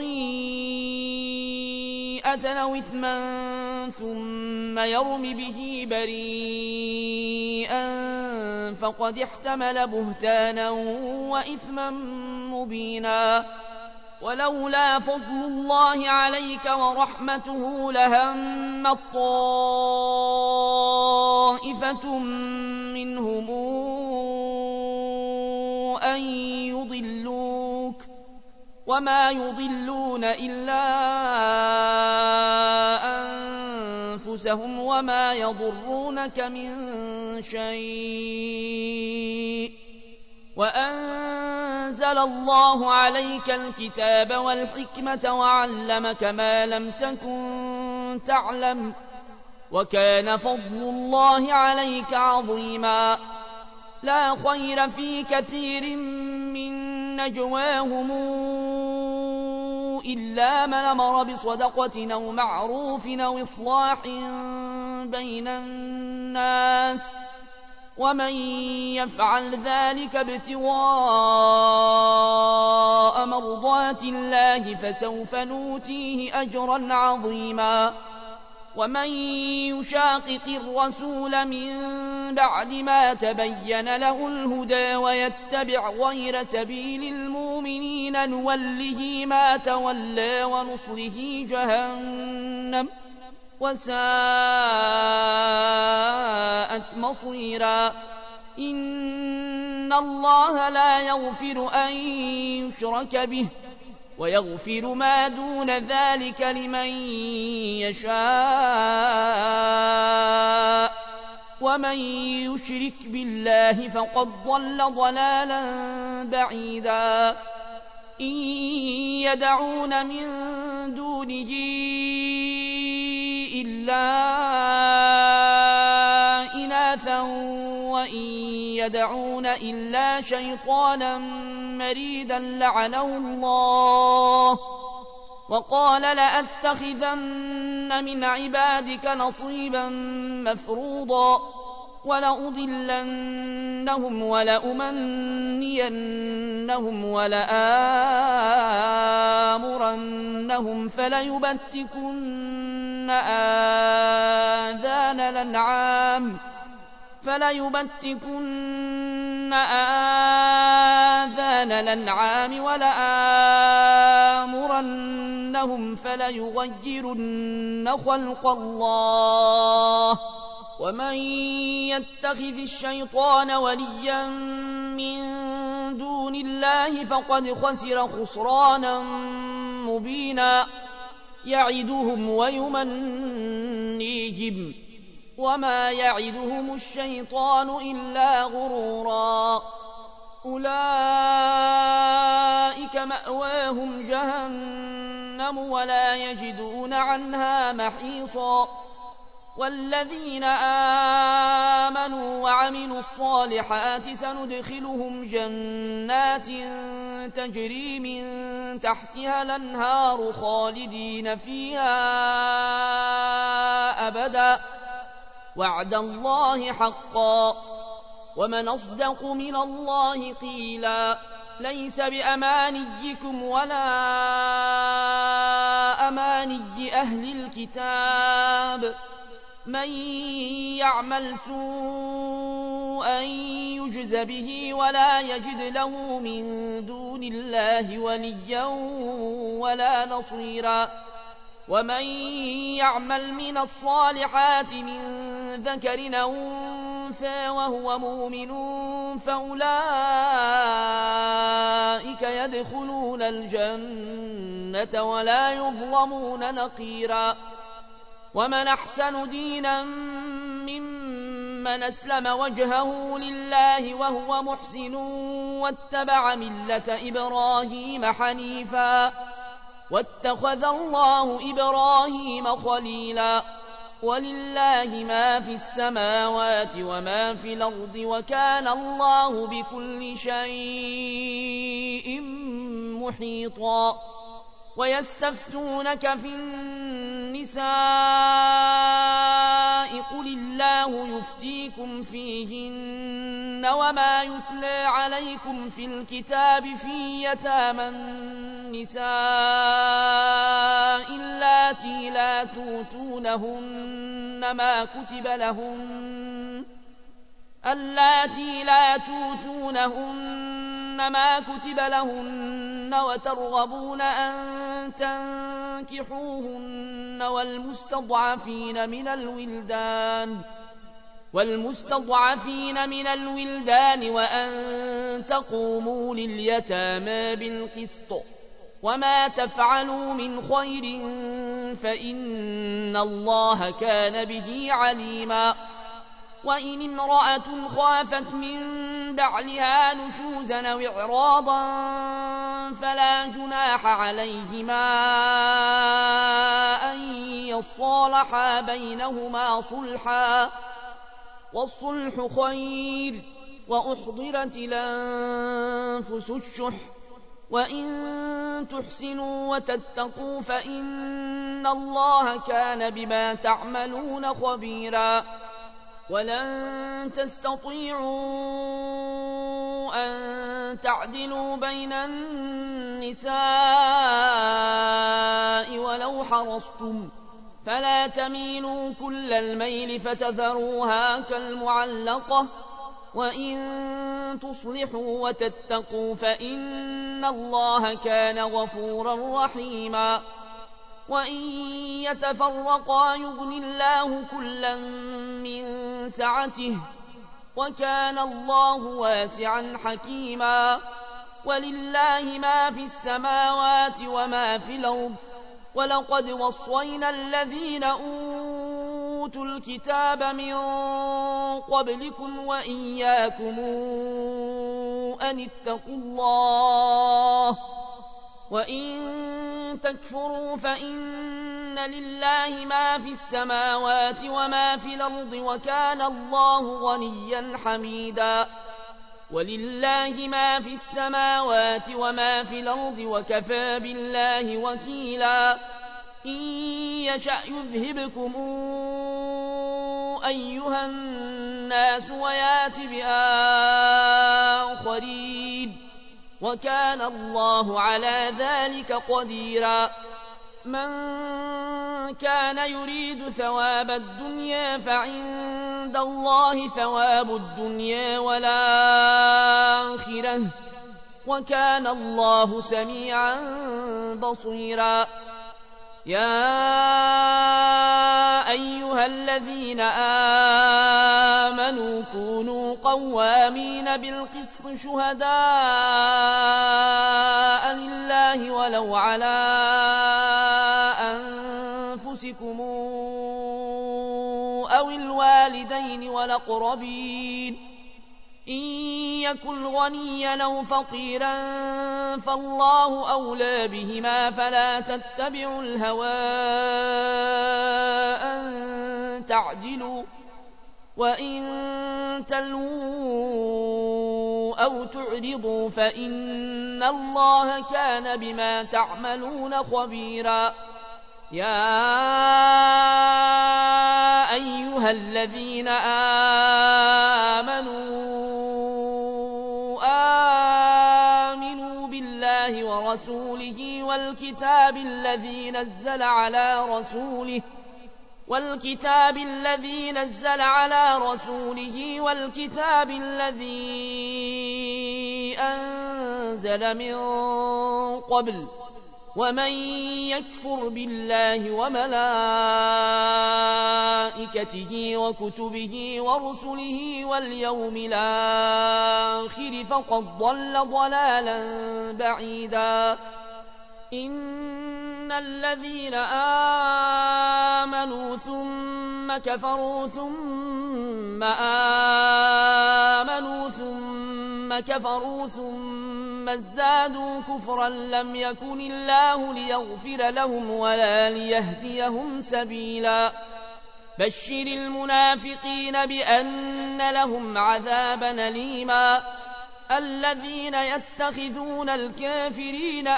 خطيئة أو إثما ثم يرم به بريئا فقد احتمل بهتانا وإثما مبينا ولولا فضل الله عليك ورحمته لهمت طائفة منهم أن يضلوك وما يضلون إلا أنفسهم وما يضرونك من شيء وأنزل الله عليك الكتاب والحكمة وعلمك ما لم تكن تعلم وكان فضل الله عليك عظيما لا خير في كثير من نجواهم إلا من أمر بصدقة أو معروف أو إصلاح بين الناس ومن يفعل ذلك ابتغاء مرضات الله فسوف نؤتيه أجرا عظيما ومن يشاقق الرسول من بعد ما تبين له الهدى ويتبع غير سبيل المؤمنين نوله ما تولى ونصله جهنم وساءت مصيرا إن الله لا يغفر أن يشرك به ويغفر ما دون ذلك لمن يشاء ومن يشرك بالله فقد ضل ضلالا بعيدا إن يدعون من دونه إلا إناثا وإن يدعون إلا شيطانا مريدا لعنه الله وقال لأتخذن من عبادك نصيبا مفروضا ولأضلنهم ولأمنينهم ولآمرنهم فليبتكن آذان الأنعام ولآمرنهم فليغيرن خلق الله ومن يتخذ الشيطان وليا من دون الله فقد خسر خسرانا مبينا يعدهم ويمنيهم وما يعدهم الشيطان إلا غرورا أولئك مأواهم جهنم ولا يجدون عنها محيصا والذين آمنوا وعملوا الصالحات سندخلهم جنات تجري من تحتها الأنهار خالدين فيها أبدا وعد الله حقا ومن أصدق من الله قيلا ليس بأمانيكم ولا أماني أهل الكتاب من يعمل سوءا يجز به ولا يجد له من دون الله وليا ولا نصيرا ومن يعمل من الصالحات من ذكر أو أنثى وهو مؤمن فأولئك يدخلون الجنة ولا يظلمون نقيرا ومن أحسن دينا ممن من أسلم وجهه لله وهو محسن واتبع ملة إبراهيم حنيفا واتخذ الله إبراهيم خليلا ولله ما في السماوات وما في الأرض وكان الله بكل شيء محيطا ويستفتونك في النساء قل الله يفتيكم فيهن وما يتلى عليكم في الكتاب في يتامى النساء اللاتي لا توتونهن ما كتب لهن وترغبون أن تنكحوهن والمستضعفين من الولدان وأن تقوموا لليتامى بالقسط وما تفعلوا من خير فإن الله كان به عليما وإن امرأة خافت من بعلها نشوزا أو إعراضا فلا جناح عليهما أن يصالحا بينهما صلحا والصلح خير وأحضرت الأنفس الشح وإن تحسنوا وتتقوا فإن الله كان بما تعملون خبيرا ولن تستطيعوا أن تعدلوا بين النساء ولو حرصتم فلا تميلوا كل الميل فتذروها كالمعلقة وإن تصلحوا وتتقوا فإن الله كان غفورا رحيما وإن يتفرقا يغن الله كلا من سعته وكان الله واسعا حكيما ولله ما في السماوات وما في الأرض ولقد وصينا الذين أوتوا الكتاب من قبلكم وإياكم أن اتقوا الله وإن تكفروا فإن لله ما في السماوات وما في الأرض وكان الله غنيا حميدا ولله ما في السماوات وما في الأرض وكفى بالله وكيلا إن يشأ يذهبكم أيها الناس ويات بآخرين وكان الله على ذلك قديرا من كان يريد ثواب الدنيا فعند الله ثواب الدنيا والآخرة وكان الله سميعا بصيرا يا أيها الذين آمنوا كونوا قوامين بالقسط شهداء لله ولو على أنفسكم أو الوالدين والأقربين إن يكن غنيا أو فقيرا فالله أولى بهما فلا تتبعوا الهوى أن تعجلوا وإن تلووا أو تعرضوا فإن الله كان بما تعملون خبيرا يا أيها الذين آمنوا بالله ورسوله والكتاب الذي نزل على رسوله والكتاب الذي أنزل من قبل ومن يكفر بالله وملائكته وكتبه ورسله واليوم الآخر فقد ضل ضلالا بعيدا إن الذين آمنوا ثم كفروا ثم آمنوا ثم كفروا ثم ازدادوا كفرا لم يكن الله ليغفر لهم ولا ليهديهم سبيلا بشر المنافقين بأن لهم عذابا أليما الذين يتخذون الكافرين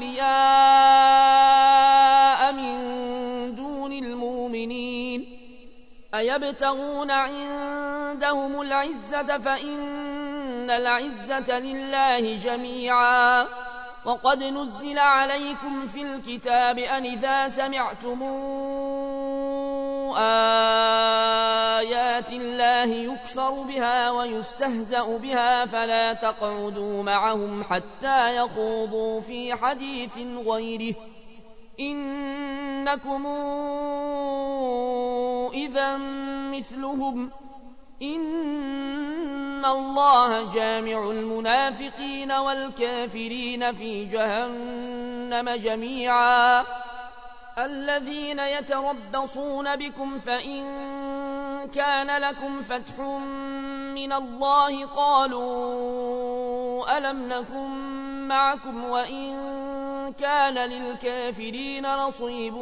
أولياء من دون المؤمنين أيبتغون عندهم العزة فإن العزة لله جميعا وقد نزل عليكم في الكتاب أن إذا سمعتم آيات الله يكفر بها ويستهزأ بها فلا تقعدوا معهم حتى يخوضوا في حديث غيره إنكم إذا مثلهم إن الله جامع المنافقين والكافرين في جهنم جميعا الذين يتربصون بكم فإن كان لكم فتح من الله قالوا ألم نكن معكم وإن كان للكافرين نصيب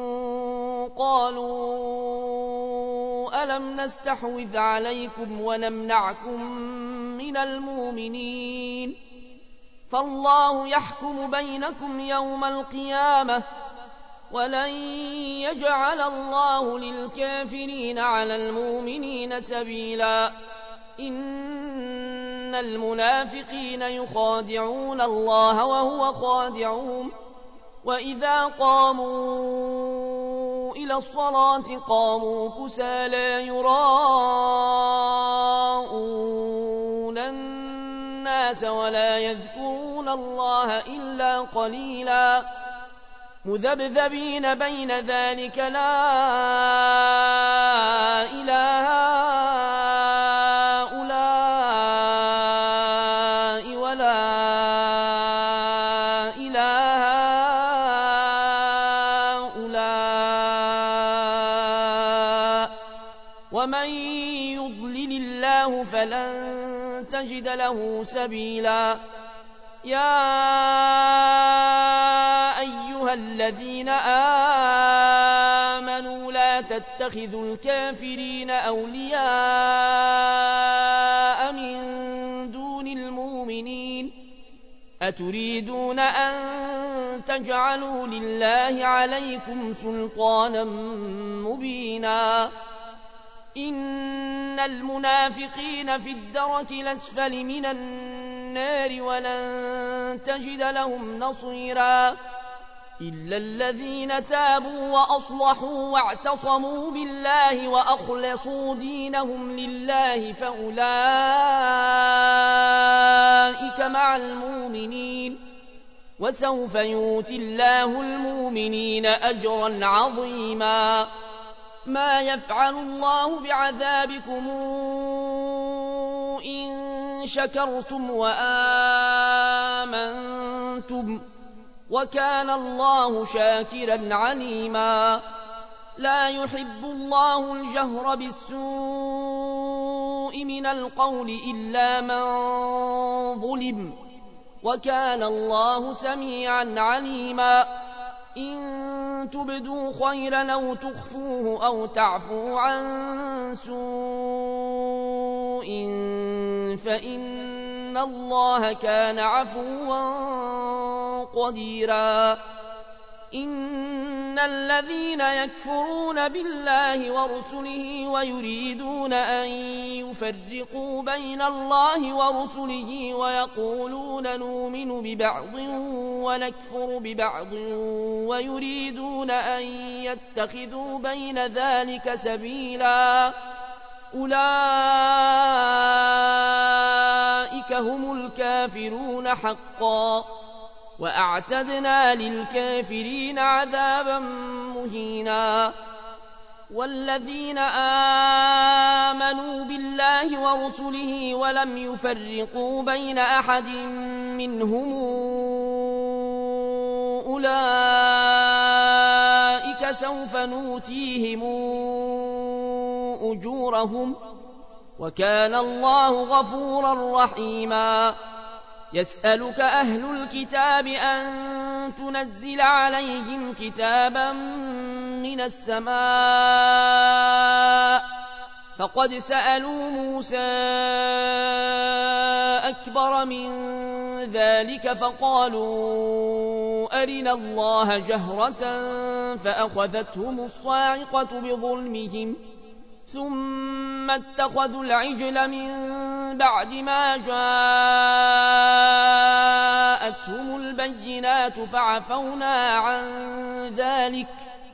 قالوا ألم نستحوذ عليكم ونمنعكم من المؤمنين فالله يحكم بينكم يوم القيامة ولن يجعل الله للكافرين على المؤمنين سبيلا إن المنافقين يخادعون الله وهو خادعهم وإذا قاموا إلى الصلاة قاموا كسالى يراءون الناس ولا يذكرون الله إلا قليلا مذبذبين بين ذلك لا إله هؤلاء ولا إله هؤلاء ومن يضلل الله فلن تجد له سبيلا يا أيها الذين آمنوا لا تتخذوا الكافرين أولياء من دون المؤمنين أتريدون أن تجعلوا لله عليكم سلطانا مبينا إن المنافقين في الدرك الأسفل من النار ولن تجد لهم نصيرا إلا الذين تابوا وأصلحوا واعتصموا بالله وأخلصوا دينهم لله فأولئك مع المؤمنين وسوف يؤتي الله المؤمنين أجرا عظيما ما يفعل الله بعذابكم إن شكرتم وآمنتم وكان الله شاكرا عليما لا يحب الله الجهر بالسوء من القول إلا من ظلم وكان الله سميعا عليما إن تبدوا خيرا أو تخفوه أو تعفوا عن سوء فإن الله كان عفوا قديرا إن الذين يكفرون بالله ورسله ويريدون أن يفرقوا بين الله ورسله ويقولون نؤمن ببعض ونكفر ببعض ويريدون أن يتخذوا بين ذلك سبيلا أولئك هم الكافرون حقا وأعتدنا للكافرين عذابا مهينا والذين آمنوا بالله ورسله ولم يفرقوا بين أحد منهم أولئك سوف نؤتيهم أجورهم وكان الله غفورا رحيما يسألك أهل الكتاب أن تنزل عليهم كتابا من السماء فقد سألوا موسى أكبر من ذلك فقالوا أرنا الله جهرة فأخذتهم الصاعقة بظلمهم ثم اتخذوا العجل من بعد ما جاءتهم البينات فعفونا عن ذلك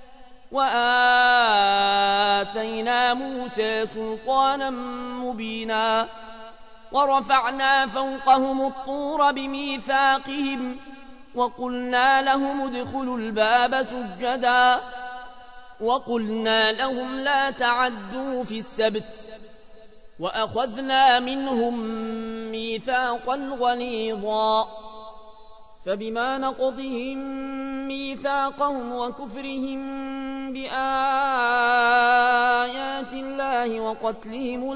وآتينا موسى سلطانا مبينا ورفعنا فوقهم الطور بميثاقهم وقلنا لهم ادخلوا الباب سجدا وقلنا لهم لا تعدوا في السبت وأخذنا منهم ميثاقا غليظا فبما نقضهم ميثاقهم وكفرهم بآيات الله وقتلهم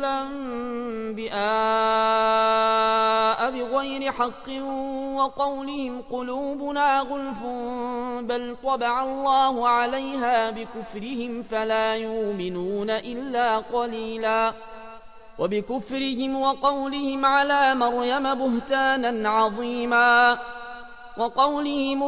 الأنبياء بغير حق وقولهم قلوبنا غلف بل طبع الله عليها بكفرهم فلا يؤمنون إلا قليلا وبكفرهم وقولهم على مريم بهتانا عظيما وقولهم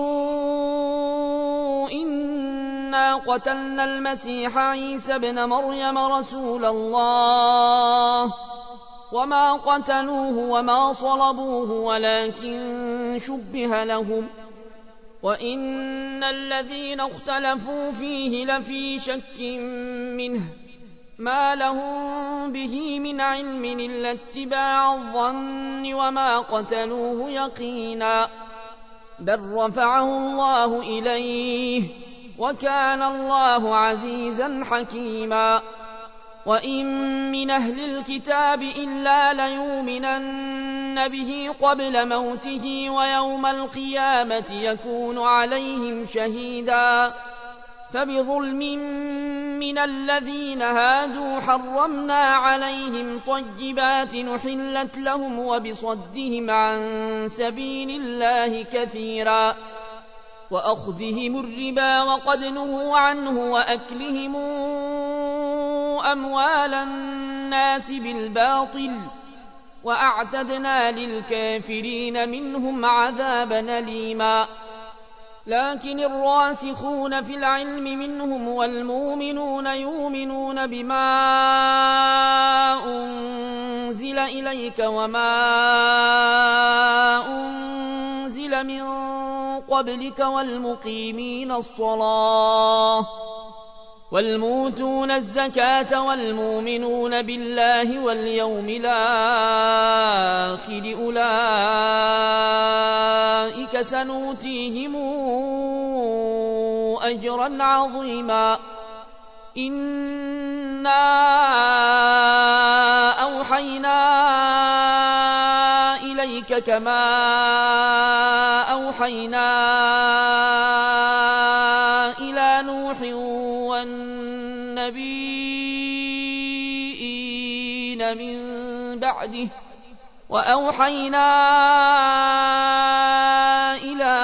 إنا قتلنا المسيح عيسى ابن مريم رسول الله وما قتلوه وما صلبوه ولكن شبه لهم وإن الذين اختلفوا فيه لفي شك منه ما لهم به من علم إلا اتباع الظن وما قتلوه يقينا بل رفعه الله إليه وكان الله عزيزا حكيما وإن من أهل الكتاب إلا ليؤمنن به قبل موته ويوم القيامة يكون عليهم شهيدا فبظلم من الذين هادوا حرمنا عليهم طيبات نحلت لهم وبصدهم عن سبيل الله كثيرا وأخذهم الربا وقد نهوا عنه وأكلهم أموال الناس بالباطل وأعتدنا للكافرين منهم عذابا أليما لكن الراسخون في العلم منهم والمؤمنون يؤمنون بما أنزل إليك وما أنزل من قبلك والمقيمين الصلاة والموتون الزكاة والمؤمنون بالله واليوم الآخر أولئك سنؤتيهم أجرا عظيما إنا أوحينا إليك كما أوحينا إلى نوح والنبيين من بعده وأوحينا إلى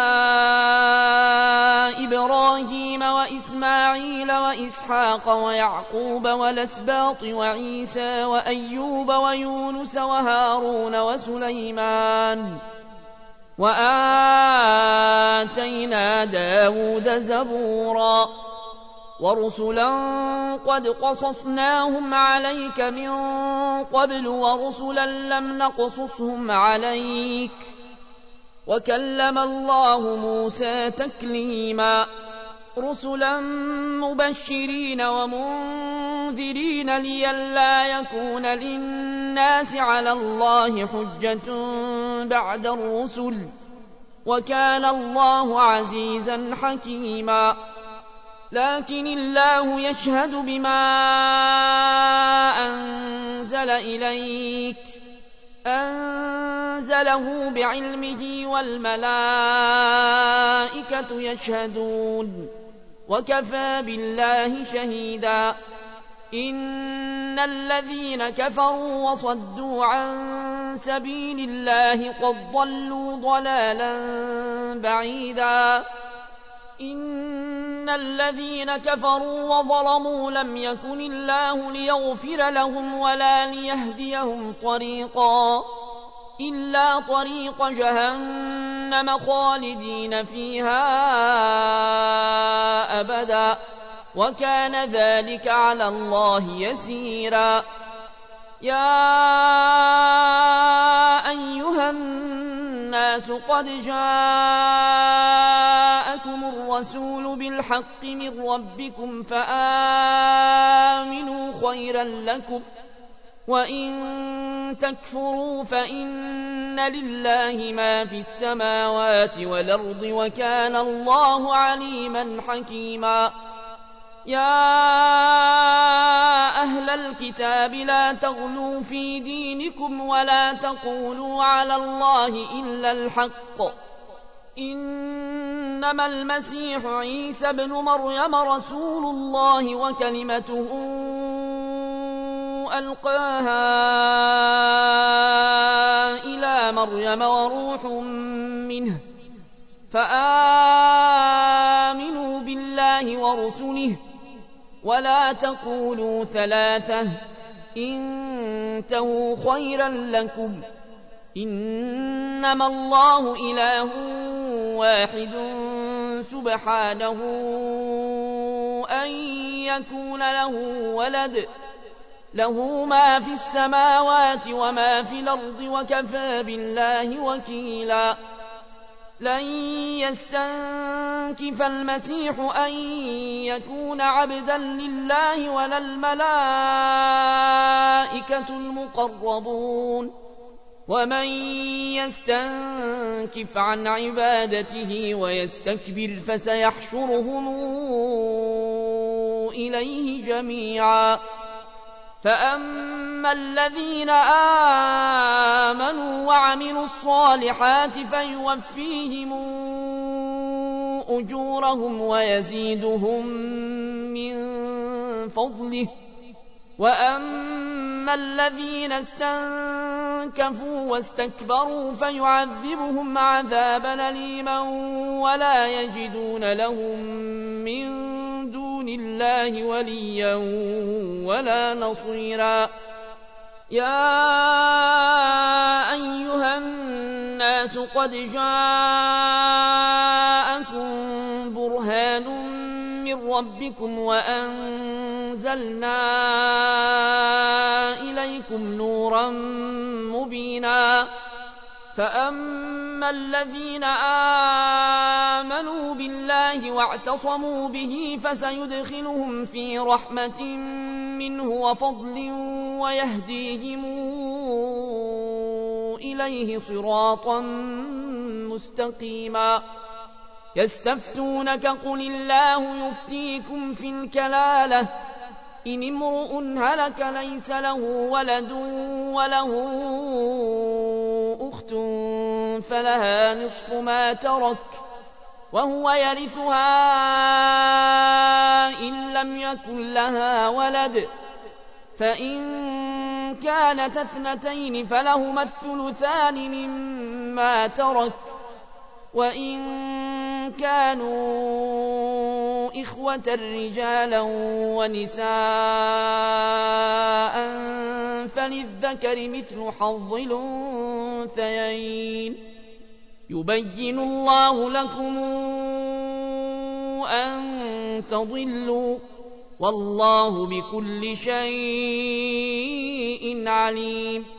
إبراهيم وإسماعيل وإسحاق ويعقوب والأسباط وعيسى وأيوب ويونس وهارون وسليمان وآتينا داود زبورا ورسلا قد قصصناهم عليك من قبل ورسلا لم نقصصهم عليك وكلم الله موسى تكليما رسلا مبشرين ومنذرين لئلا يكون للناس على الله حجة بعد الرسل وكان الله عزيزا حكيما لكن الله يشهد بما أنزل إليك أنزله بعلمه والملائكة يشهدون وكفى بالله شهيدا إن الذين كفروا وصدوا عن سبيل الله قد ضلوا ضلالا بعيدا إن الذين كفروا وظلموا لم يكن الله ليغفر لهم ولا ليهديهم طريقا إلا طريق جهنم خالدين فيها أبدا وكان ذلك على الله يسيرا يا أيها الناس قد جاءكم الرسول بالحق من ربكم فآمنوا خيرا لكم وإن تكفروا فإن لله ما في السماوات والأرض وكان الله عليما حكيما يا أهل الكتاب لا تغلوا في دينكم ولا تقولوا على الله إلا الحق إنما المسيح عيسى ابن مريم رسول الله وكلمته ألقاها إلى مريم وروح منه فآمنوا بالله ورسله ولا تقولوا ثلاثة انتهوا خيرا لكم إنما الله إله واحد سبحانه أن يكون له ولد له ما في السماوات وما في الأرض وكفى بالله وكيلا لن يستنكف المسيح أن يكون عبدا لله ولا الملائكة المقربون ومن يستنكف عن عبادته ويستكبر فسيحشرهم إليه جميعا فأما الذين آمنوا وعملوا الصالحات فيوفيهم أجورهم ويزيدهم من فضله وأما الذين استنكفوا واستكبروا فيعذبهم عذابا أليما ولا يجدون لهم من دون الله وليا ولا نصيرا يا أيها الناس قد جاءكم برهان من ربكم وأنزلنا إليكم نورا مبينا فأما الذين آمنوا بالله واعتصموا به فسيدخلهم في رحمة منه وفضل ويهديهم إليه صراطا مستقيما يستفتونك قل الله يفتيكم في الكلالة إن امرؤ هلك ليس له ولد وله أخت فلها نصف ما ترك وهو يرثها إن لم يكن لها ولد فإن كانت اثنتين فلهما الثلثان مما ترك وإن كانوا إخوة رجالا ونساء فللذكر مثل حظ الأنثيين يبين الله لكم أن تضلوا والله بكل شيء عليم